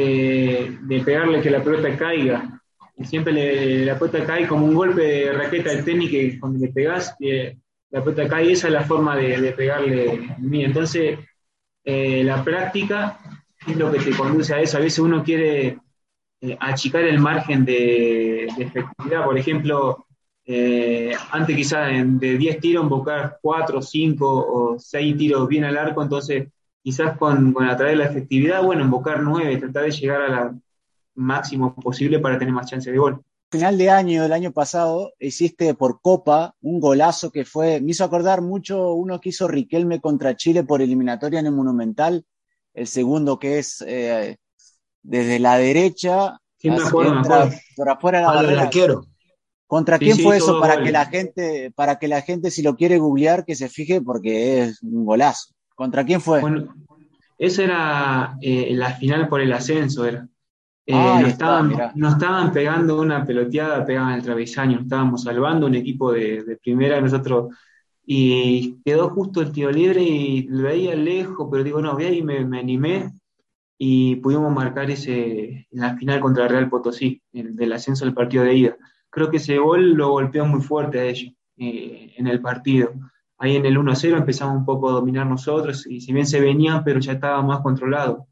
eh, de pegarle que la pelota caiga, y siempre le, la pelota cae como un golpe de raqueta de tenis que cuando le pegás, eh, la pelota cae, esa es la forma de, de pegarle a mí. Entonces, eh, la práctica es lo que te conduce a eso. A veces uno quiere eh, achicar el margen de, de efectividad. Por ejemplo, eh, antes quizás de diez tiros invocar cuatro, cinco o seis tiros bien al arco, entonces quizás con, con a través de la efectividad, bueno, invocar nueve, tratar de llegar a la máximo posible para tener más chance de gol. Final de año, del año pasado, hiciste por Copa un golazo que fue, me hizo acordar mucho uno que hizo Riquelme contra Chile por eliminatoria en el Monumental, el segundo que es eh, desde la derecha sí, me hacia, acuerdo, me entra, acuerdo. por afuera de la Palo del barrera. arquero. ¿Contra Sí, quién sí, fue hizo eso? dos Para goles. que la gente, para que la gente, si lo quiere googlear, que se fije porque es un golazo. ¿Contra quién fue? Bueno, esa era eh, la final por el ascenso, era. Eh, Ah, ahí nos, está, estaban, mirá. nos estaban pegando una peloteada, pegaban el travesaño, nos estábamos salvando un equipo de, de primera, nosotros, y quedó justo el tiro libre y lo veía lejos, pero digo, no, voy ahí me, me animé y pudimos marcar ese en la final contra Real Potosí, el del ascenso del partido de ida. Creo que ese gol lo golpeó muy fuerte a ellos eh, en el partido. Ahí en el uno a cero empezamos un poco a dominar nosotros, y si bien se venían, pero ya estaba más controlado.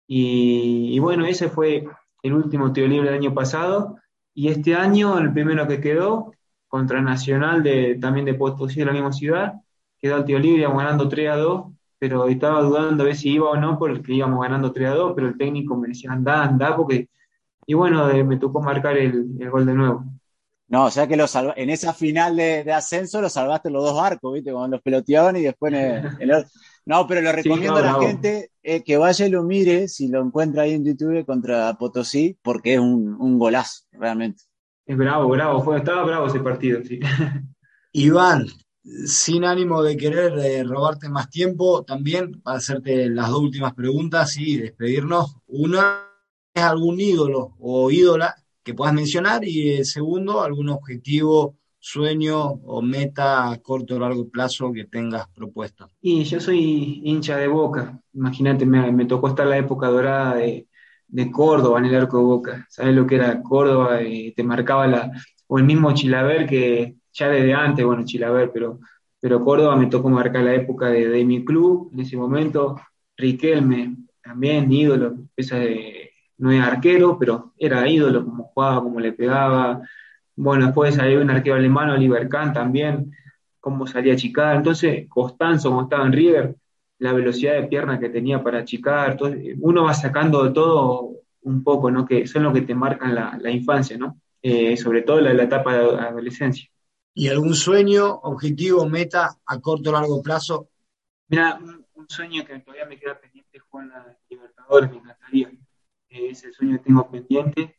Y, y bueno, ese fue el último tiro libre del año pasado. Y este año, el primero que quedó, contra Nacional de, también de Potosí, de la misma ciudad, quedó el tiro libre, íbamos ganando tres a dos, pero estaba dudando a ver si iba o no, porque íbamos ganando tres a dos, pero el técnico me decía, anda, anda, porque... Y bueno, eh, me tocó marcar el, el gol de nuevo. No, o sea que lo salva, en esa final de, de ascenso lo salvaste los dos arcos, ¿viste? Cuando los peloteaban y después en el, en el- No, pero lo Sí, recomiendo estaba a la bravo. gente eh, que vaya y lo mire, si lo encuentra ahí en YouTube contra Potosí, porque es un, un golazo, realmente. Es bravo, bravo, fue, estaba bravo ese partido, sí. Iván, sin ánimo de querer eh, robarte más tiempo, también para hacerte las dos últimas preguntas y despedirnos. Una es algún ídolo o ídola que puedas mencionar y el segundo, algún objetivo, sueño o meta a corto o largo plazo que tengas propuesta. Y yo soy hincha de Boca. Imagínate, me, me tocó estar la época dorada de, de Córdoba en el arco de Boca. ¿Sabes lo que era Córdoba? Eh, te marcaba la. O el mismo Chilaver, que ya desde antes, bueno, Chilaver, pero, pero Córdoba me tocó marcar la época de, de mi club en ese momento. Riquelme, también ídolo. Esa de- no es arquero, pero era ídolo, como jugaba, como le pegaba. Bueno, después salió un arquero alemán, Oliver Kahn, también cómo salía a achicar. Entonces, Costanzo, como estaba en River, la velocidad de pierna que tenía para achicar, todo, uno va sacando de todo un poco, ¿no? Que son lo que te marcan la, la infancia, ¿no? Eh, sobre todo la, la etapa de adolescencia. ¿Y algún sueño, objetivo, meta a corto o largo plazo? Mira, un, un sueño que todavía me queda pendiente es jugar en la Libertadores, me encantaría. Eh, ese sueño que tengo pendiente.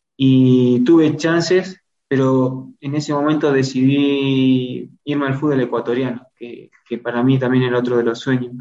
Y tuve chances, pero en ese momento decidí irme al fútbol ecuatoriano, que, que para mí también era otro de los sueños.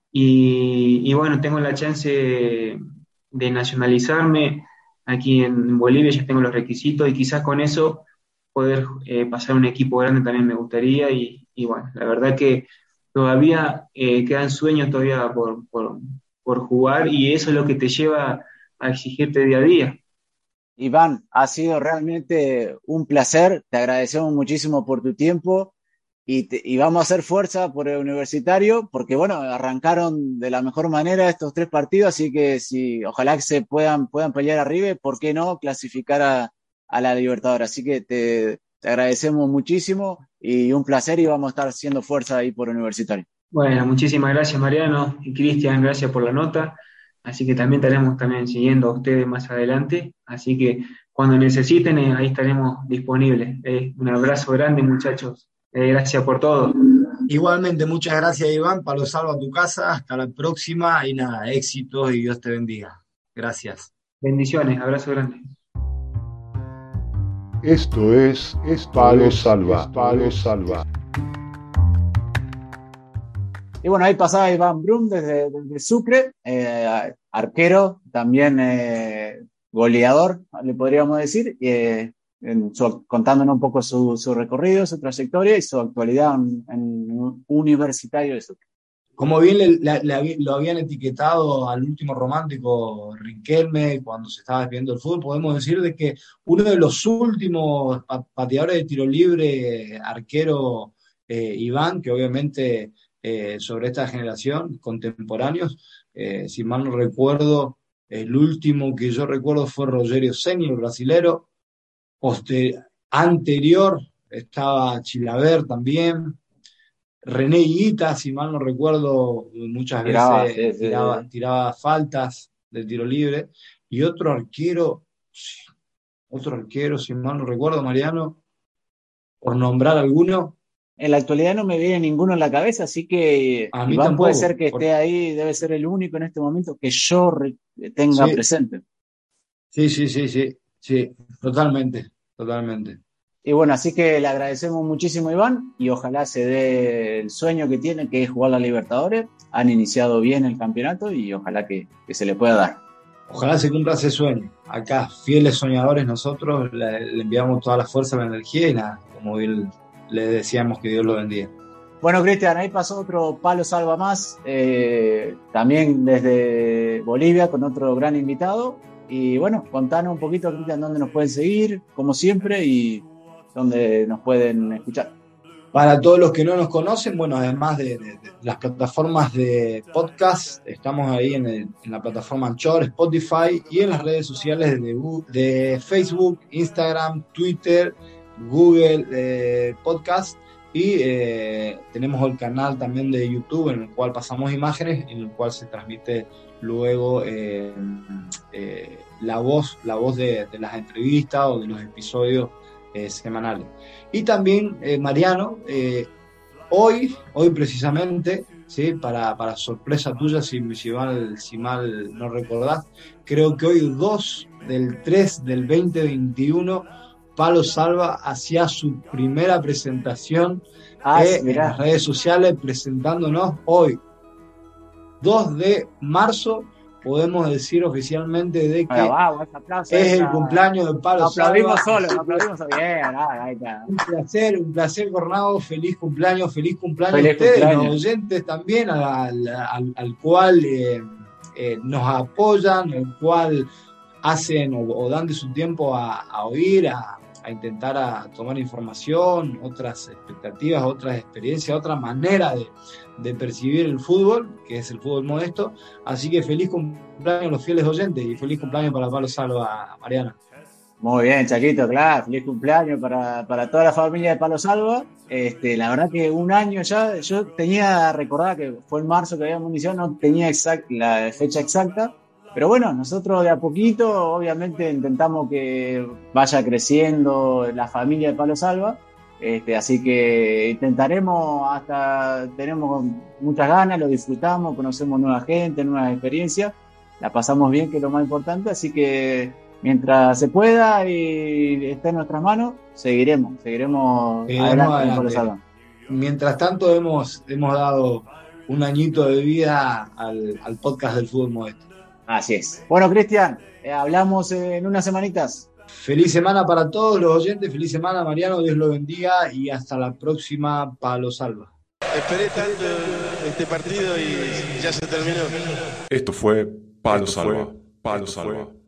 Y, y bueno, tengo la chance de nacionalizarme aquí en Bolivia, ya tengo los requisitos y quizás con eso poder eh, pasar a un equipo grande también me gustaría. Y, y bueno, la verdad que todavía eh, quedan sueños todavía por, por, por jugar y eso es lo que te lleva a exigirte día a día. Iván, ha sido realmente un placer. Te agradecemos muchísimo por tu tiempo y, te, y vamos a hacer fuerza por el Universitario porque, bueno, arrancaron de la mejor manera estos tres partidos, así que si, ojalá que se puedan, puedan pelear arriba, ¿por qué no clasificar a, a la Libertadores? Así que te, te agradecemos muchísimo y un placer y vamos a estar haciendo fuerza ahí por Universitario. Bueno, muchísimas gracias Mariano y Cristian, gracias por la nota. Así que también estaremos también siguiendo a ustedes más adelante. Así que cuando necesiten, eh, ahí estaremos disponibles. Eh, un abrazo grande, muchachos. Eh, gracias por todo. Igualmente, muchas gracias, Iván. Palo salvo a tu casa. Hasta la próxima y nada, éxitos y Dios te bendiga. Gracias. Bendiciones, abrazo grande. Esto es, esto Palo es, Salva. Es Palo Salva. Y bueno, ahí pasaba Iván Brum desde, desde Sucre, eh, arquero, también eh, goleador, le podríamos decir, eh, en su, contándonos un poco su, su recorrido, su trayectoria y su actualidad en, en Universitario de Sucre. Como bien le, le, le, lo habían etiquetado al último romántico Riquelme cuando se estaba despidiendo del fútbol, podemos decir de que uno de los últimos pateadores de tiro libre, arquero eh, Iván, que obviamente eh, sobre esta generación, contemporáneos, eh, si mal no recuerdo, el último que yo recuerdo fue Rogério Ceni, el brasilero. Poster, anterior estaba Chilaver también. René Higuita, si mal no recuerdo, muchas tiraba, veces sí, tiraba, sí. tiraba faltas del tiro libre. Y otro arquero, otro arquero, si mal no recuerdo, Mariano, por nombrar alguno. En la actualidad no me viene ninguno en la cabeza, así que a mí Iván tampoco, puede ser que por... esté ahí, debe ser el único en este momento que yo re- tenga sí. presente. Sí, sí, sí, sí, sí, totalmente, totalmente. Y bueno, así que le agradecemos muchísimo a Iván y ojalá se dé el sueño que tiene, que es jugar la Libertadores. Han iniciado bien el campeonato y ojalá que, que se le pueda dar. Ojalá se cumpla ese sueño. Acá, fieles soñadores nosotros, le, le enviamos toda la fuerza, la energía y nada, como bien le decíamos, que Dios lo bendiga. Bueno, Cristian, ahí pasó otro Palo Salva más, eh, también desde Bolivia con otro gran invitado. Y bueno, contanos un poquito, Cristian, dónde nos pueden seguir, como siempre, y dónde nos pueden escuchar. Para todos los que no nos conocen, bueno, además de, de, de las plataformas de podcast, estamos ahí en, el, en la plataforma Anchor, Spotify y en las redes sociales de, de Facebook, Instagram, Twitter, Google eh, Podcast, y eh, tenemos el canal también de YouTube en el cual pasamos imágenes, en el cual se transmite luego eh, eh, la voz, la voz de, de las entrevistas o de los episodios Eh, semanales. Y también, eh, Mariano, eh, hoy, hoy precisamente, ¿sí? para, para sorpresa tuya, si, si, mal, si mal no recordás, creo que hoy dos del tres del veinte veintiuno, Palo Salva hacía su primera presentación ah, eh, sí, en las redes sociales, presentándonos hoy, dos de marzo. Podemos decir oficialmente de que ah, wow, aplauso, es esa... el cumpleaños de Palo Nos aplaudimos Salva. solos, nos aplaudimos solos. Bien, ahí está. Un placer, un placer, Cornado. Feliz cumpleaños, feliz cumpleaños Feliz a ustedes, cumpleaños. los oyentes también, al, al, al cual eh, eh, nos apoyan, al cual hacen o, o dan de su tiempo a, a oír, a, a intentar a tomar información, otras expectativas, otras experiencias, otra manera de, de percibir el fútbol, que es el fútbol modesto. Así que feliz cumpleaños a los fieles oyentes y feliz cumpleaños para Palo Salva, Mariana. Muy bien, Chaquito, claro, feliz cumpleaños para, para toda la familia de Palo Salva. Este, la verdad que un año ya, yo tenía, recordar que fue en marzo que habíamos iniciado, no tenía exact, la fecha exacta, pero bueno, nosotros de a poquito, obviamente intentamos que vaya creciendo la familia de Palo Salva, este, así que intentaremos, hasta tenemos muchas ganas, lo disfrutamos, conocemos nueva gente, nuevas experiencias, la pasamos bien, que es lo más importante, así que mientras se pueda y esté en nuestras manos, seguiremos, seguiremos Eh, adelante, no, adelante. Palo Salva. Mientras tanto hemos, hemos dado un añito de vida al, al podcast del fútbol modesto. Así es. Bueno, Cristian, eh, hablamos en unas semanitas. Feliz semana para todos los oyentes, feliz semana, Mariano, Dios lo bendiga y hasta la próxima, Palo Salva. Esperé tanto este partido y ya se terminó. Esto fue Palo Salva. Palo Salva.